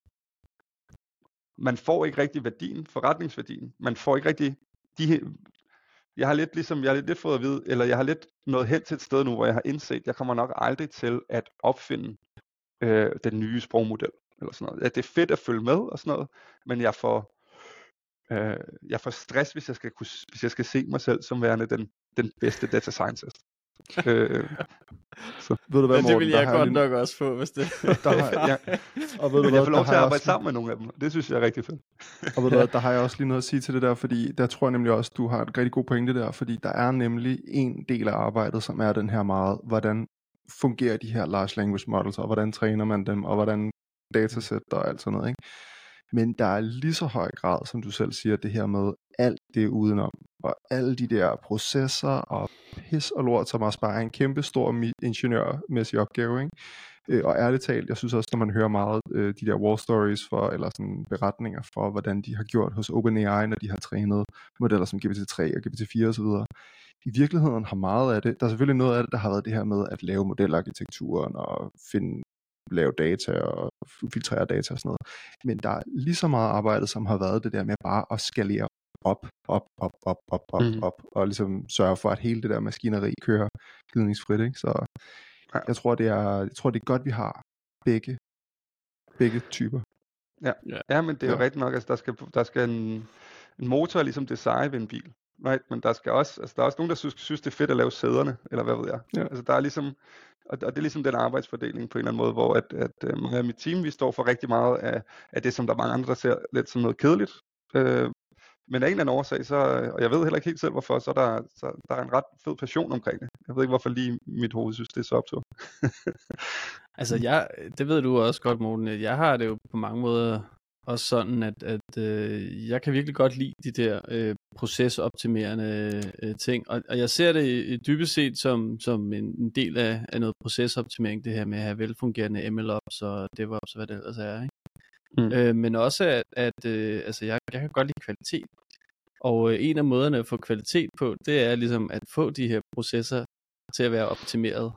man får ikke rigtig værdien, forretningsværdien. Man får ikke rigtig de. Jeg har lidt ligesom, jeg har lidt fået at vide, eller jeg har lidt nået hen til et sted nu, hvor jeg har indset, jeg kommer nok aldrig til at opfinde øh, den nye sprogmodel, eller sådan noget. Ja, det er fedt at følge med og sådan noget, men jeg får, øh, jeg får stress, hvis jeg skal kunne, hvis jeg skal se mig selv som værende den, den bedste data scientist. øh, så. Ved du hvad, Morten, det vil jeg godt nok også få, hvis det der har, ja. Og ved du hvad, jeg får lov til at arbejde også... sammen med nogle af dem. Det synes jeg er rigtig fedt. Og ved du hvad, der har jeg også lige noget at sige til det der, fordi der tror jeg nemlig også, du har et rigtig god pointe der, fordi der er nemlig en del af arbejdet, som er den her meget, hvordan fungerer de her large language models, og hvordan træner man dem, og hvordan datasæt og alt sådan noget, ikke? Men der er lige så høj grad, som du selv siger, det her med alt det udenom, og alle de der processer og pis og lort, som også bare er en kæmpe stor ingeniørmæssig opgave, ikke? Øh, og ærligt talt, jeg synes også, når man hører meget øh, de der war stories for, eller sådan beretninger for, hvordan de har gjort hos OpenAI, når de har trænet modeller som G P T tre og G P T fire osv., i virkeligheden har meget af det, der er selvfølgelig noget af det, der har været det her med at lave modelarkitekturen og finde lave data og filtrere data og sådan noget. Men der er lige så meget arbejde, som har været det der med bare at skalere op, op, op, op, op, op, mm. op, og ligesom sørge for, at hele det der maskineri kører glidningsfrit, ikke? Så ja. jeg tror, det er, jeg tror, det er godt, vi har begge, begge typer. Ja, ja men det er jo ja. rigtigt nok, altså der skal, der skal en, en motor ligesom design ved en bil. Right? Men der skal også, altså der er også nogen, der synes, synes det er fedt at lave sæderne, eller hvad ved jeg. Ja. Altså der er ligesom, og det er ligesom den arbejdsfordeling på en eller anden måde, hvor at, at uh, mange af mit team, vi står for rigtig meget af, af det, som der er mange andre, der ser lidt som noget kedeligt. Uh, men af en eller anden årsag, så, og jeg ved heller ikke helt selv hvorfor, så er der, så der er en ret fed passion omkring det. Jeg ved ikke, hvorfor lige mit hoved synes, det er så optur. Altså jeg, det ved du også godt, Morten. Jeg har det jo på mange måder også sådan, at, at øh, jeg kan virkelig godt lide de der øh, procesoptimerende øh, ting, og, og jeg ser det øh, dybest set som, som en, en del af, af noget procesoptimering, det her med at have velfungerende M L ops og DevOps og hvad det ellers er, ikke? Mm. Øh, men også at, at øh, altså jeg, jeg kan godt lide kvalitet, og øh, en af måderne at få kvalitet på, det er ligesom at få de her processer til at være optimeret,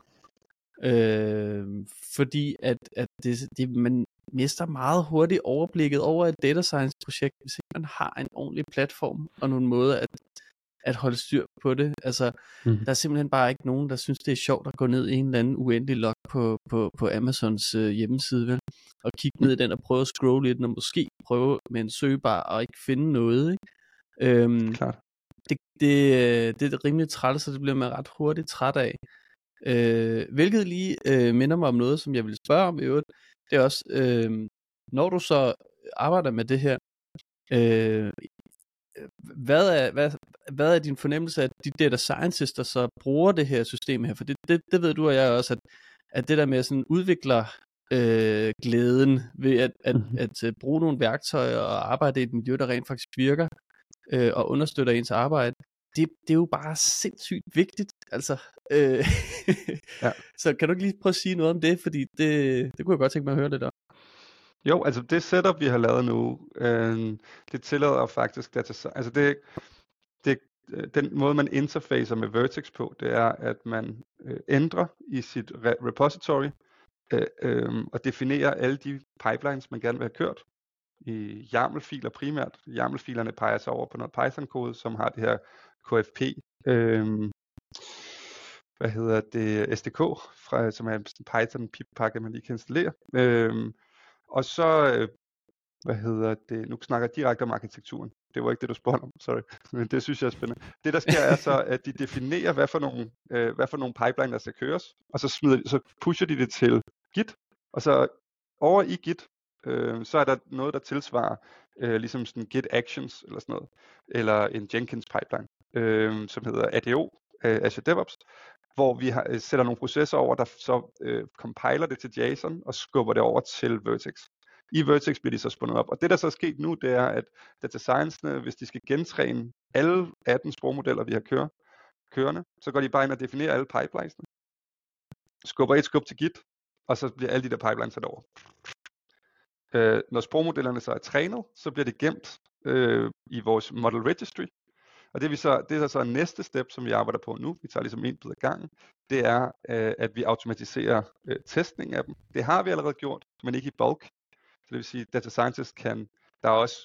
øh, fordi at, at det, det, man mister meget hurtigt overblikket over et data science projekt, hvis ikke man har en ordentlig platform og nogle måder at at holde styr på det. Altså, Mm. der er simpelthen bare ikke nogen, der synes, det er sjovt at gå ned i en eller anden uendelig log på, på, på Amazons øh, hjemmeside, vel? Og kigge ned i den og prøve at scrolle i den, og måske prøve med en søgebar og ikke finde noget, ikke? Øhm, Klart. det, det, det er rimelig træt, så det bliver man ret hurtigt træt af. Øh, hvilket lige øh, minder mig om noget, som jeg vil spørge om i øvrigt. Det er også, øh, når du så arbejder med det her, øh, hvad, er, hvad, hvad er din fornemmelse af, at de data scientister så bruger det her system her? For det, det, det ved du og jeg også, at, at det der med sådan udvikler øh, glæden ved at, at, mm-hmm. at, at bruge nogle værktøjer og arbejde i et miljø, der rent faktisk virker øh, og understøtter ens arbejde, det, det er jo bare sindssygt vigtigt. Altså, øh, ja. Så kan du ikke lige prøve at sige noget om det? Fordi det, det kunne jeg godt tænke mig at høre lidt om. Jo, altså det setup, vi har lavet nu, øh, det tillader faktisk data science. Altså det, det, den måde, man interfacer med Vertex på, det er, at man øh, ændrer i sit re- repository øh, øh, og definerer alle de pipelines, man gerne vil have kørt i YAML-filer primært. YAML-filerne peger sig over på noget Python-kode, som har det her K F P, øh, hvad hedder det, S D K, fra, som er en Python-pip-pakke, man lige kan installere. Øh, Og så, øh, hvad hedder det, nu snakker jeg direkte om arkitekturen. Det var ikke det, du spurgte om, sorry. Men det synes jeg er spændende. Det, der sker, er så, at de definerer, hvad for nogle, øh, hvad for nogle pipeline, der skal køres. Og så, smider, så pusher de det til Git. Og så over i Git, øh, så er der noget, der tilsvarer, øh, ligesom sådan Git Actions, eller sådan noget. Eller en Jenkins pipeline, øh, som hedder A D O, øh, Azure DevOps. Hvor vi har, sætter nogle processer over, der så øh, compiler det til JSON og skubber det over til Vertex. I Vertex bliver de så spundet op. Og det, der så er sket nu, det er, at data science, hvis de skal gentræne alle atten sprogmodeller, vi har kører, kørende, så går de bare ind og definerer alle pipelinesene, skubber et skub til Git, og så bliver alle de der pipelines sat over. Øh, når sprogmodellerne så er trænet, så bliver det gemt øh, i vores model registry. Og det, vi så, det er så næste step, som vi arbejder på nu, vi tager ligesom en bid ad gangen, det er, øh, at vi automatiserer øh, testning af dem. Det har vi allerede gjort, men ikke i bulk. Så det vil sige, at data scientists kan, der er også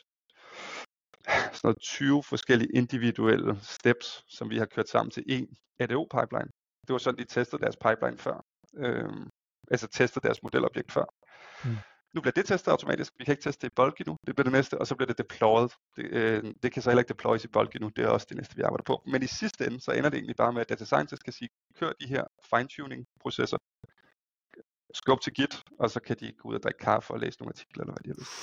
sådan noget tyve forskellige individuelle steps, som vi har kørt sammen til en A D O-pipeline. Det var sådan, de testede deres pipeline før. Øh, altså testede deres modelobjekt før. Mm. Nu bliver det testet automatisk. Vi kan ikke teste det i bulk endnu. Det bliver det næste, og så bliver det deployed. Det, øh, det kan så heller ikke deployes i bulk endnu. Det er også det næste, vi arbejder på. Men i sidste ende, så ender det egentlig bare med, at data scientists kan sige, kør de her fine-tuning-processer, skub til Git, og så kan de gå ud og drikke kaffe og læse nogle artikler, eller hvad de har lyst.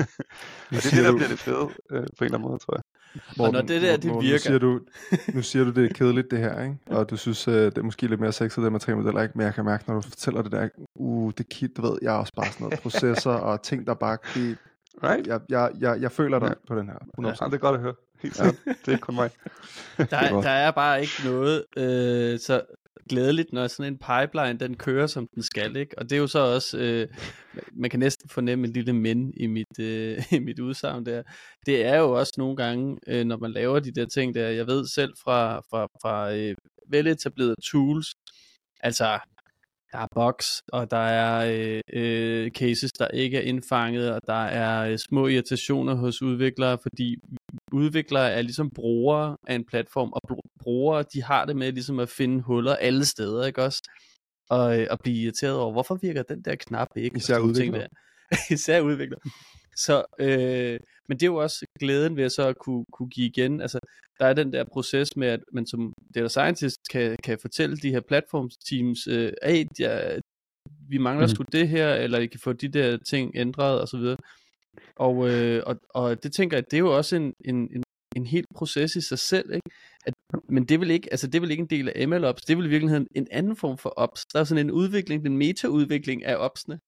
Og det er det, der bliver det fede, øh, på en eller anden måde, tror jeg. Morten, og når det der, det Morten, virker... Nu siger, du, nu siger du, det er kedeligt, det her, ikke? Og du synes, uh, det er måske lidt mere sexet, det med tre modeller, ikke? Men jeg kan mærke, når du fortæller det der, uh, det kit, du ved, jeg er også bare sådan noget processer og ting, der bare... Det, right? jeg, jeg, jeg, jeg føler dig ja. på den her. hundrede procent. Ja, det er godt at høre. Helt sikkert. Det er ikke kun mig. der, der er bare ikke noget øh, så glædeligt, når sådan en pipeline, den kører, som den skal, ikke? Og det er jo så også, øh, man kan næsten fornemme en lille men i mit, øh, i mit udsagn der. Det er jo også nogle gange, øh, når man laver de der ting der, jeg ved selv fra, fra, fra øh, veletablerede tools, altså, der er bugs, og der er øh, øh, cases, der ikke er indfanget, og der er øh, små irritationer hos udviklere, fordi udviklere er ligesom brugere af en platform, og brugere, de har det med ligesom at finde huller alle steder, ikke også? Og, øh, og blive irriteret over, hvorfor virker den der knap ikke? Især udviklere. Især udviklere. Så, øh, men det er jo også glæden ved at så kunne, kunne give igen. Altså, der er den der proces med, at man som data scientist kan, kan fortælle de her platformsteams, øh, hey, ja, vi mangler mm. sgu det her, eller I kan få de der ting ændret, og så videre. Og, øh, og, og det tænker jeg, det er jo også en, en, en, en hel proces i sig selv, ikke? At, men det vil ikke, altså det vil ikke en del af M L Ops, det vil i virkeligheden en anden form for ops. Der er sådan en udvikling, en meta-udvikling af opsene.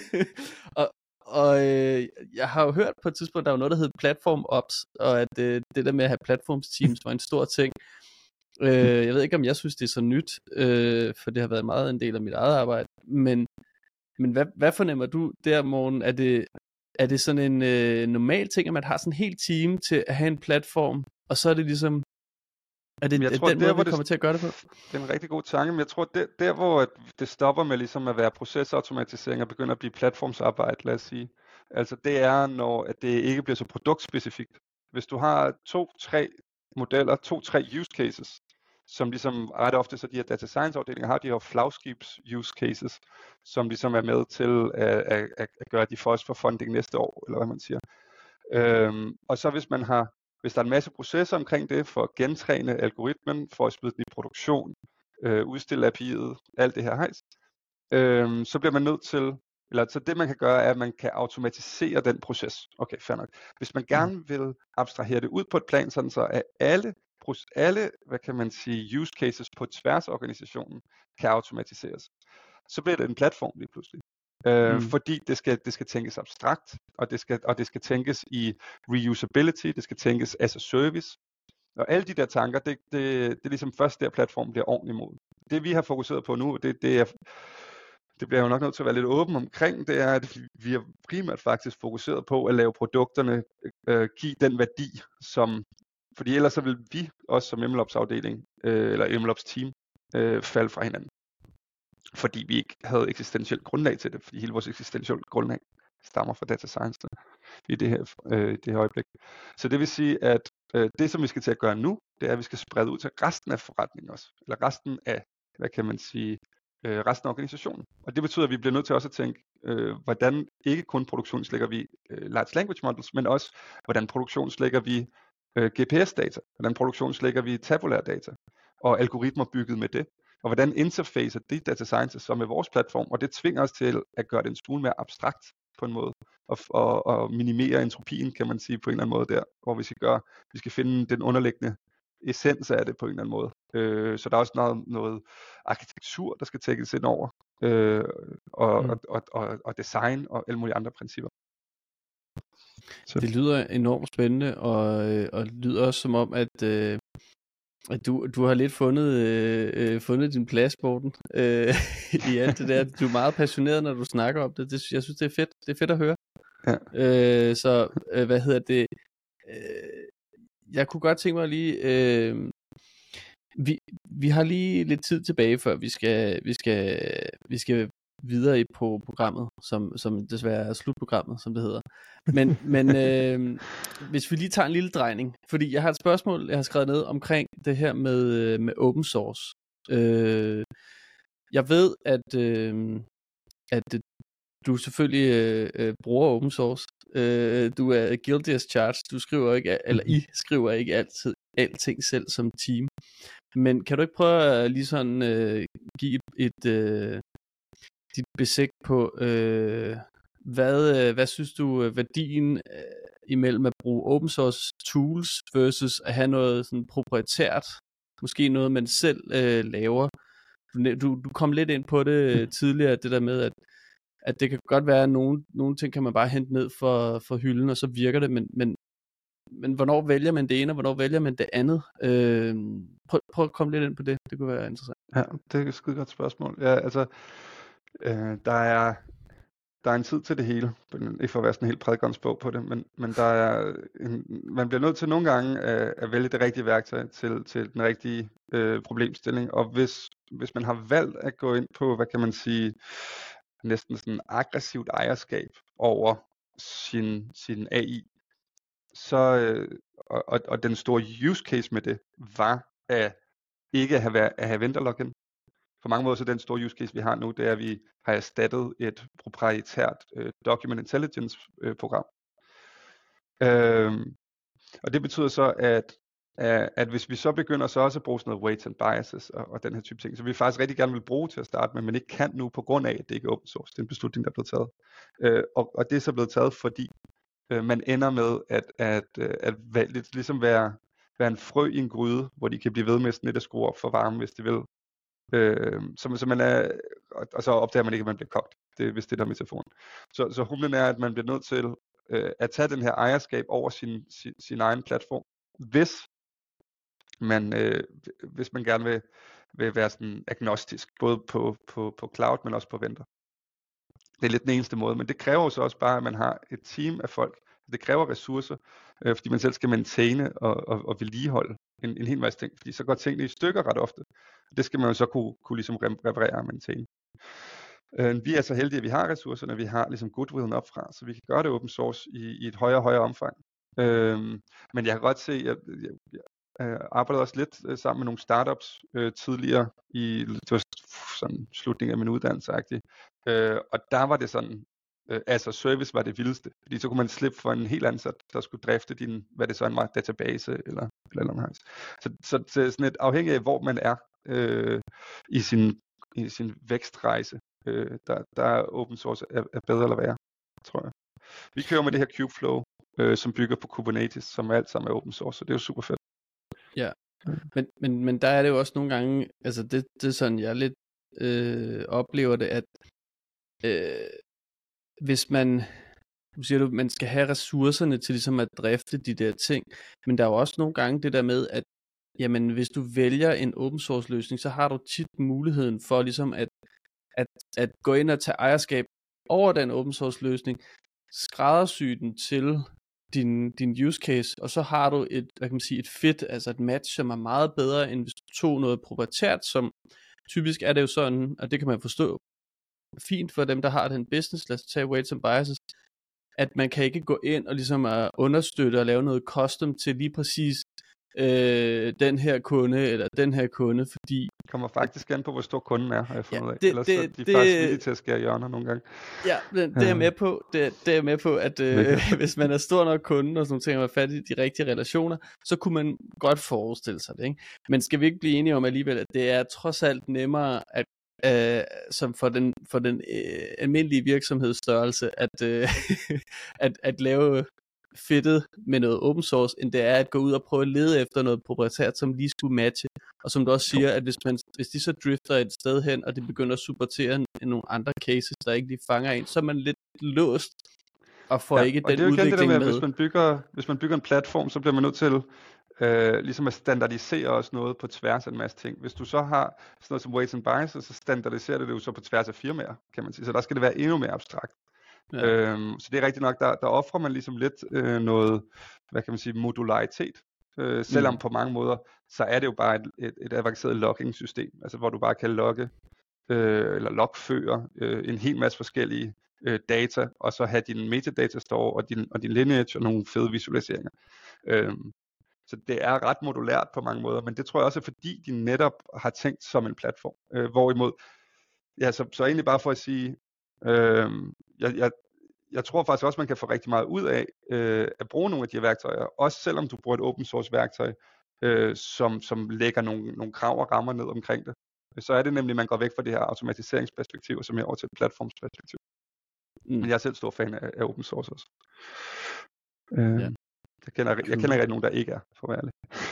og Og øh, jeg har jo hørt på et tidspunkt, der var noget, der hed Platform Ops, og at øh, det der med at have platformsteams var en stor ting. Øh, jeg ved ikke, om jeg synes, det er så nyt, øh, for det har været meget en del af mit eget arbejde. Men, men hvad, hvad fornemmer du der, Morten? Er det, er det sådan en øh, normal ting, at man har sådan en hel team til at have en platform, og så er det ligesom... Er det jeg tror, den der, måde, vi det, kommer til at gøre det på? Det er en rigtig god tanke, men jeg tror, der, der hvor det stopper med ligesom at være procesautomatisering og begynder at blive platformsarbejde, lad os sige. Altså det er, når at det ikke bliver så produktspecifikt. Hvis du har to, tre modeller, to-tre use cases, som ligesom ret ofte, så de her data science afdelinger har de her flagskibs use cases, som ligesom er med til at, at, at, at gøre de for os for funding næste år, eller hvad man siger. Øhm, og så hvis man har, hvis der er en masse processer omkring det, for at gentræne algoritmen, for at smide den i produktion, øh, udstille A P I'et, alt det her hejs, øhm, så bliver man nødt til, eller så det man kan gøre, er, at man kan automatisere den proces. Okay, fair nok. Hvis man gerne vil abstrahere det ud på et plan, sådan så at alle, alle, hvad kan man sige, use cases på tværs af organisationen kan automatiseres, så bliver det en platform lige pludselig. Øh, mm. Fordi det skal, det skal tænkes abstrakt, og det, skal, og det skal tænkes i reusability, det skal tænkes as a service. Og alle de der tanker, det, det, det er ligesom først der platformen bliver ordentlig mod. Det vi har fokuseret på nu, det, det er, det bliver jo nok nødt til at være lidt åben omkring, det er, at vi har primært faktisk fokuseret på at lave produkterne, øh, give den værdi, som, fordi ellers så vil vi også som M L Ops afdeling, øh, eller M L Ops team, øh, falde fra hinanden. Fordi vi ikke havde eksistentielt grundlag til det, fordi hele vores eksistentielle grundlag stammer fra data science i det her, øh, det her øjeblik. Så det vil sige, at øh, det som vi skal til at gøre nu, det er, at vi skal sprede ud til resten af forretningen også, eller resten af, hvad kan man sige, øh, resten af organisationen. Og det betyder, at vi bliver nødt til også at tænke, øh, hvordan ikke kun produktionslægger vi øh, large language models, men også, hvordan produktionslægger vi øh, G P S-data, hvordan produktionslægger vi tabulære data, og algoritmer bygget med det. Og hvordan interfacer de data sciences så med vores platform, og det tvinger os til at gøre det en smule mere abstrakt på en måde, og, og, og minimere entropien, kan man sige, på en eller anden måde der, hvor vi skal gøre, vi skal finde den underliggende essens af det på en eller anden måde. Øh, så der er også noget, noget arkitektur, der skal tænkes ind over, øh, og, mm. og, og, og, og design og alle mulige andre principper. Så. Det lyder enormt spændende, og, og lyder også som om, at øh... Du, du har lidt fundet, øh, fundet din plads, Morten, øh, i alt det der. Du er meget passioneret, når du snakker om det. det jeg synes, det er fedt. Det er fedt at høre. Ja. Øh, så, øh, hvad hedder det? Øh, jeg kunne godt tænke mig lige... Øh, vi, vi har lige lidt tid tilbage, før vi skal, vi skal, vi skal videre i på programmet, som, som desværre er slutprogrammet, som det hedder. Men, men øh, hvis vi lige tager en lille drejning, fordi jeg har et spørgsmål, jeg har skrevet ned omkring det her med, med open source. Øh, jeg ved, at, øh, at du selvfølgelig øh, bruger open source. Øh, du er guilty as charged. Du skriver ikke, eller I skriver ikke altid alting selv som team. Men kan du ikke prøve at lige sådan øh, give et, et øh, dit besæk på, øh, hvad, øh, hvad synes du værdien øh, imellem at bruge open source tools versus at have noget sådan proprietært, måske noget man selv øh, laver. Du, du kom lidt ind på det øh, tidligere, det der med, at, at det kan godt være, at nogle, nogle ting kan man bare hente ned for, for hylden, og så virker det, men, men, men hvornår vælger man det ene, og hvornår vælger man det andet? Øh, prøv, prøv at komme lidt ind på det, det kunne være interessant. Ja, det er et skide godt spørgsmål. Ja, altså, øh, der er der er en tid til det hele, ikke for at være sådan en helt prædikonsbog på det, men, men der er en, man bliver nødt til nogle gange at, at vælge det rigtige værktøj til, til den rigtige øh, problemstilling, og hvis, hvis man har valgt at gå ind på, hvad kan man sige, næsten sådan aggressivt ejerskab over sin, sin A I, så, øh, og, og den store use case med det, var at ikke at have, at have vendor login. På mange måder så den store use case, vi har nu, det er, at vi har erstattet et proprietært øh, document intelligence øh, program. Øhm, og det betyder så, at, at, at hvis vi så begynder så også at bruge sådan noget weights and biases og, og den her type ting, så vi faktisk rigtig gerne vil bruge til at starte med, men ikke kan nu på grund af, at det ikke er open source. Det er en beslutning, der er blevet taget. Øh, og, og det er så blevet taget, fordi øh, man ender med at, at, at, at, at lidt, ligesom være, være en frø i en gryde, hvor de kan blive ved med sådan lidt at skrue op for varme, hvis de vil. Øh, så, så man er, og, og så opdager man ikke, at man bliver kogt, det, hvis det er der metaforen. Så, så humlen er, at man bliver nødt til øh, at tage den her ejerskab over sin, sin, sin egen platform, hvis man, øh, hvis man gerne vil, vil være sådan agnostisk, både på, på, på cloud, men også på vendor. Det er lidt den eneste måde, men det kræver jo så også bare, at man har et team af folk. Det kræver ressourcer, øh, fordi man selv skal maintaine og, og, og vedligeholde en, en hel masse ting, fordi så går tingene i stykker ret ofte. Det skal man jo så kunne, kunne ligesom reparere og maintaine. Øh, vi er så heldige, at vi har ressourcerne, vi har ligesom goodwillen opfra, så vi kan gøre det open source i, i et højere og højere omfang. Øh, men jeg kan godt se, jeg, jeg, øh, arbejdede også lidt øh, sammen med nogle startups øh, tidligere i det var sådan slutningen af min uddannelse -agtig. Øh, og der var det sådan, øh, altså service var det vildeste, fordi så kunne man slippe for en helt ansat, der skulle drifte din, hvad det så var, database eller eller noget. Så, så, så sådan et afhængig af hvor man er øh, i sin i sin vækstrejse, øh, der der er open source er, er bedre eller værre, tror jeg. Vi kører med det her Kubeflow, øh, som bygger på Kubernetes, som alt sammen er open source, så det er jo super fedt. Ja, men, men, men der er det jo også nogle gange, altså det, det er sådan, jeg lidt øh, oplever det, at øh, hvis man, nu siger du, man skal have ressourcerne til ligesom at drifte de der ting, men der er jo også nogle gange det der med, at jamen, hvis du vælger en open source løsning, så har du tit muligheden for ligesom at, at, at gå ind og tage ejerskab over den open source løsning, skræddersy den til din, din use case, og så har du et, hvad kan man sige, et fit, altså et match, som er meget bedre, end hvis du tog noget proprietært, som typisk er det jo sådan, og det kan man forstå fint for dem, der har den business, lad os tage weights and biases, at man kan ikke gå ind og ligesom at understøtte og lave noget custom til lige præcis øh, den her kunde, eller den her kunde, fordi det kommer faktisk an på, hvor stor kunden er, har jeg fundet ja, ud af. Det, Ellers det, så er de det, faktisk villige til at skære hjørner nogle gange. Ja, det, det er jeg med på. Det, det er jeg med på, at øh, hvis man er stor nok kunde, og sådan nogle ting, og er fat i de rigtige relationer, så kunne man godt forestille sig det, ikke? Men skal vi ikke blive enige om alligevel, at det er trods alt nemmere, at øh, som for den, for den øh, almindelige virksomhedsstørrelse, at, øh, at, at lave fedtet med noget open source, end det er at gå ud og prøve at lede efter noget proprietært, som lige skulle matche. Og som du også siger, at hvis, man, hvis de så drifter et sted hen, og det begynder at supportere nogle andre cases, der ikke lige fanger en, så er man lidt låst og får ja, ikke den udvikling det der med. med. Hvis man, bygger, hvis man bygger en platform, så bliver man nødt til øh, ligesom at standardisere også noget på tværs af en masse ting. Hvis du så har sådan noget som weights and biases, så standardiserer det jo så på tværs af firmaer, kan man sige. Så der skal det være endnu mere abstrakt. Ja. Øhm, så det er rigtigt nok, der, der offrer man ligesom lidt øh, noget, hvad kan man sige, modularitet. Øh, selvom mm. på mange måder, så er det jo bare et, et, et avanceret logging-system, altså hvor du bare kan logge, øh, eller logføre øh, en hel masse forskellige øh, data, og så have din metadata store, og din, og din lineage, og nogle fede visualiseringer. Øh, så det er ret modulært på mange måder, men det tror jeg også er fordi, de netop har tænkt som en platform. Øh, hvorimod, ja, så, så egentlig bare for at sige, øh, jeg, jeg Jeg tror faktisk også, man kan få rigtig meget ud af øh, at bruge nogle af de her værktøjer, også selvom du bruger et open source værktøj, øh, som, som lægger nogle, nogle krav og rammer ned omkring det. Så er det nemlig, at man går væk fra det her automatiseringsperspektiv, og så mere over til et platformsperspektiv. Mm. Men jeg er selv stor fan af, af open source også. Øh, ja. jeg, kender, jeg kender ikke nogen, der ikke er, for at være ærlig.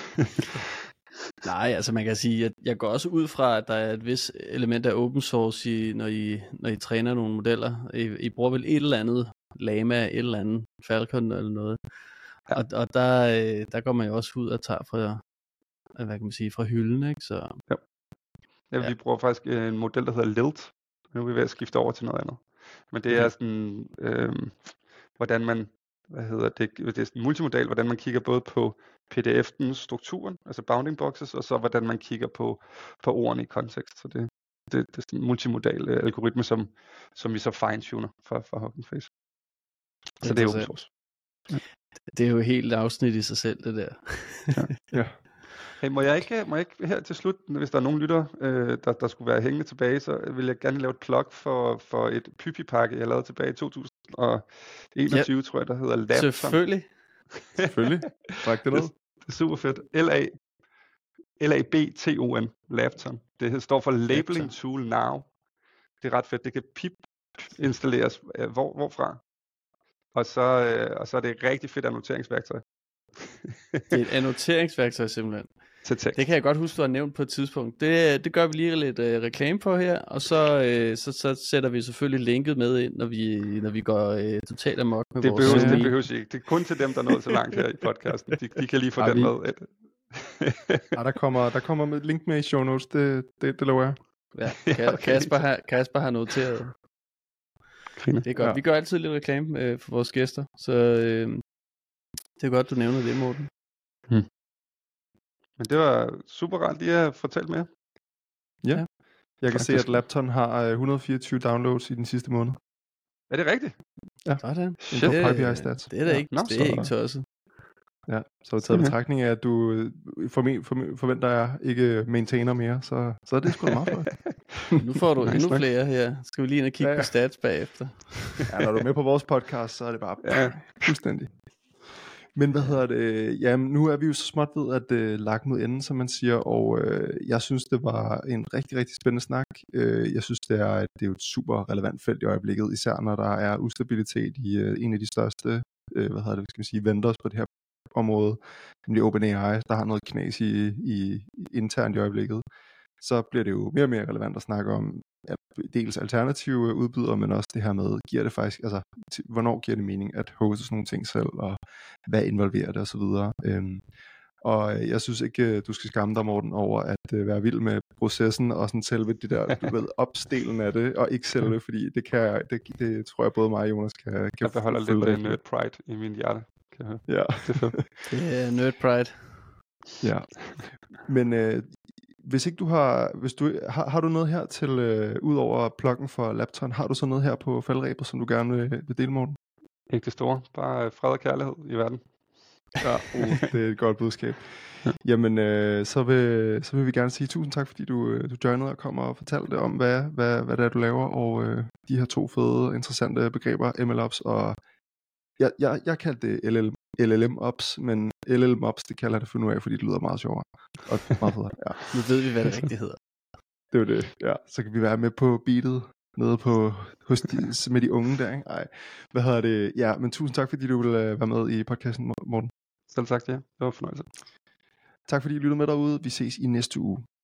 Nej, altså man kan sige, at jeg går også ud fra, at der er et vis element af open source, i, når, I, når I træner nogle modeller. I, I bruger vel et eller andet Llama, et eller andet Falcon eller noget. Ja. Og, og der, der går man jo også ud og tager fra, hvad kan man sige, fra hylden, ikke? Så, ja. Ja, ja. Vi bruger faktisk en model, der hedder Lilt. Nu er vi ved at skifte over til noget andet. Men det er sådan, øh, hvordan man, hvad hedder det, det er sådan en multimodal, hvordan man kigger både på P D F'en strukturen, altså bounding boxes, og så hvordan man kigger på, på ordene i kontekst. Så det, det, det er sådan en multimodal uh, algoritme, som, som vi så fine-tuner fra, fra Hugging Face. Så det er open source. Ja. Det er jo helt afsnit i sig selv, det der. ja. ja. Hey, må jeg ikke, må jeg ikke her til slut, hvis der er nogen lytter, øh, der, der skulle være hængende tilbage, så vil jeg gerne lave et plug for, for et Pypi-pakke, jeg lavede tilbage i to tusind og enogtyve, ja. Tror jeg, der hedder Labton. Selvfølgelig. Selvfølgelig. Tak det noget. Det er super fedt. L A B T O N. Labton. Det står for Labeling Labton. Tool Now. Det er ret fedt. Det kan pip installeres hvor, hvorfra. Og så, øh, og så er det et rigtig fedt annoteringsværktøj. Det er et annoteringsværktøj simpelthen. Til tekst. Det kan jeg godt huske, du har nævnt på et tidspunkt. Det, det gør vi lige lidt øh, reklame på her, og så, øh, så, så sætter vi selvfølgelig linket med ind, når vi, når vi går øh, totalt amok med det vores... Behøves, det behøves ikke. Det er kun til dem, der er nået så langt her i podcasten. De, de kan lige få den vi... med. ja, der kommer, der kommer et link med i show notes, det, det, det lover jeg. Ja, okay. Kasper, har, Kasper har noteret. Fine. Det er godt. Ja. Vi gør altid lidt reklame øh, for vores gæster, så øh, det er godt, du nævner det, Morten. Hmm. Men det var super rart lige at fortælle mere. Ja. ja. Jeg kan Faktisk. se, at Labton har et hundrede og fireogtyve downloads i den sidste måned. Er det rigtigt? Ja. Sådan. Shit. Det, det, det er da ikke, no, det er ikke tosset. Ja, så taget betragtning af, at du formen, formen, forventer jeg ikke maintainer mere, så, så er det sgu da meget flot. Nu får du Nice endnu nok. flere her. Skal vi lige ind og kigge Ja, ja. på stats bagefter? Ja, når du er med på vores podcast, så er det bare Ja. fuldstændig. Men hvad hedder det? Jamen, nu er vi jo så småt ved at uh, lagt mod enden, som man siger, og uh, jeg synes, det var en rigtig, rigtig spændende snak. Uh, jeg synes, det er, at det er jo et super relevant felt i øjeblikket, især når der er ustabilitet i uh, en af de største, uh, hvad hedder det, skal man sige, vendors på det her område, nemlig OpenAI, der har noget knas i, i, i internt i øjeblikket. Så bliver det jo mere og mere relevant at snakke om ja, dels alternative udbydere, men også det her med, giver det faktisk, altså, t- hvornår giver det mening at hoste sådan nogle ting selv, og hvad involverer det osv. Øhm, og jeg synes ikke, du skal skamme dig, Morten, over at øh, være vild med processen og sådan selve det der, du ved, opstelen af det, og ikke selve, fordi det kan, det, det tror jeg både mig og Jonas kan, kan Jeg beholder følge lidt dig uh, i. nerd pride i min hjerte. Kan jeg høre. Ja. Det er fedt. Det er nerd pride. Ja. Men øh, hvis ikke du har, hvis du har, har du noget her til øh, ud over pluggen for Lapton, har du så noget her på faldrebet, som du gerne vil, vil dele, Morten? Ikke det store. Bare fred og kærlighed i verden. Ja, uh, det er et godt budskab. Jamen, øh, så, vil, så vil vi gerne sige tusind tak, fordi du, du joinede og kom og fortalte om, hvad, hvad, hvad det er, du laver, og øh, de her to fede, interessante begreber, M L Ops og... Jeg, jeg, jeg kaldte det L L M Ops, men L L M Ops, det kalder jeg det for nu af, fordi det lyder meget sjovere. Og meget federe, ja. Nu ved vi, hvad det rigtigt hedder. Det var det, ja. Så kan vi være med på beatet, nede på, hos de, med de unge der, ikke? Ej, hvad hedder det? Ja, men tusind tak, fordi du ville være med i podcasten, Morten. Selv sagt, ja. Det var en fornøjelse. Tak fordi I lyttede med derude. Vi ses i næste uge.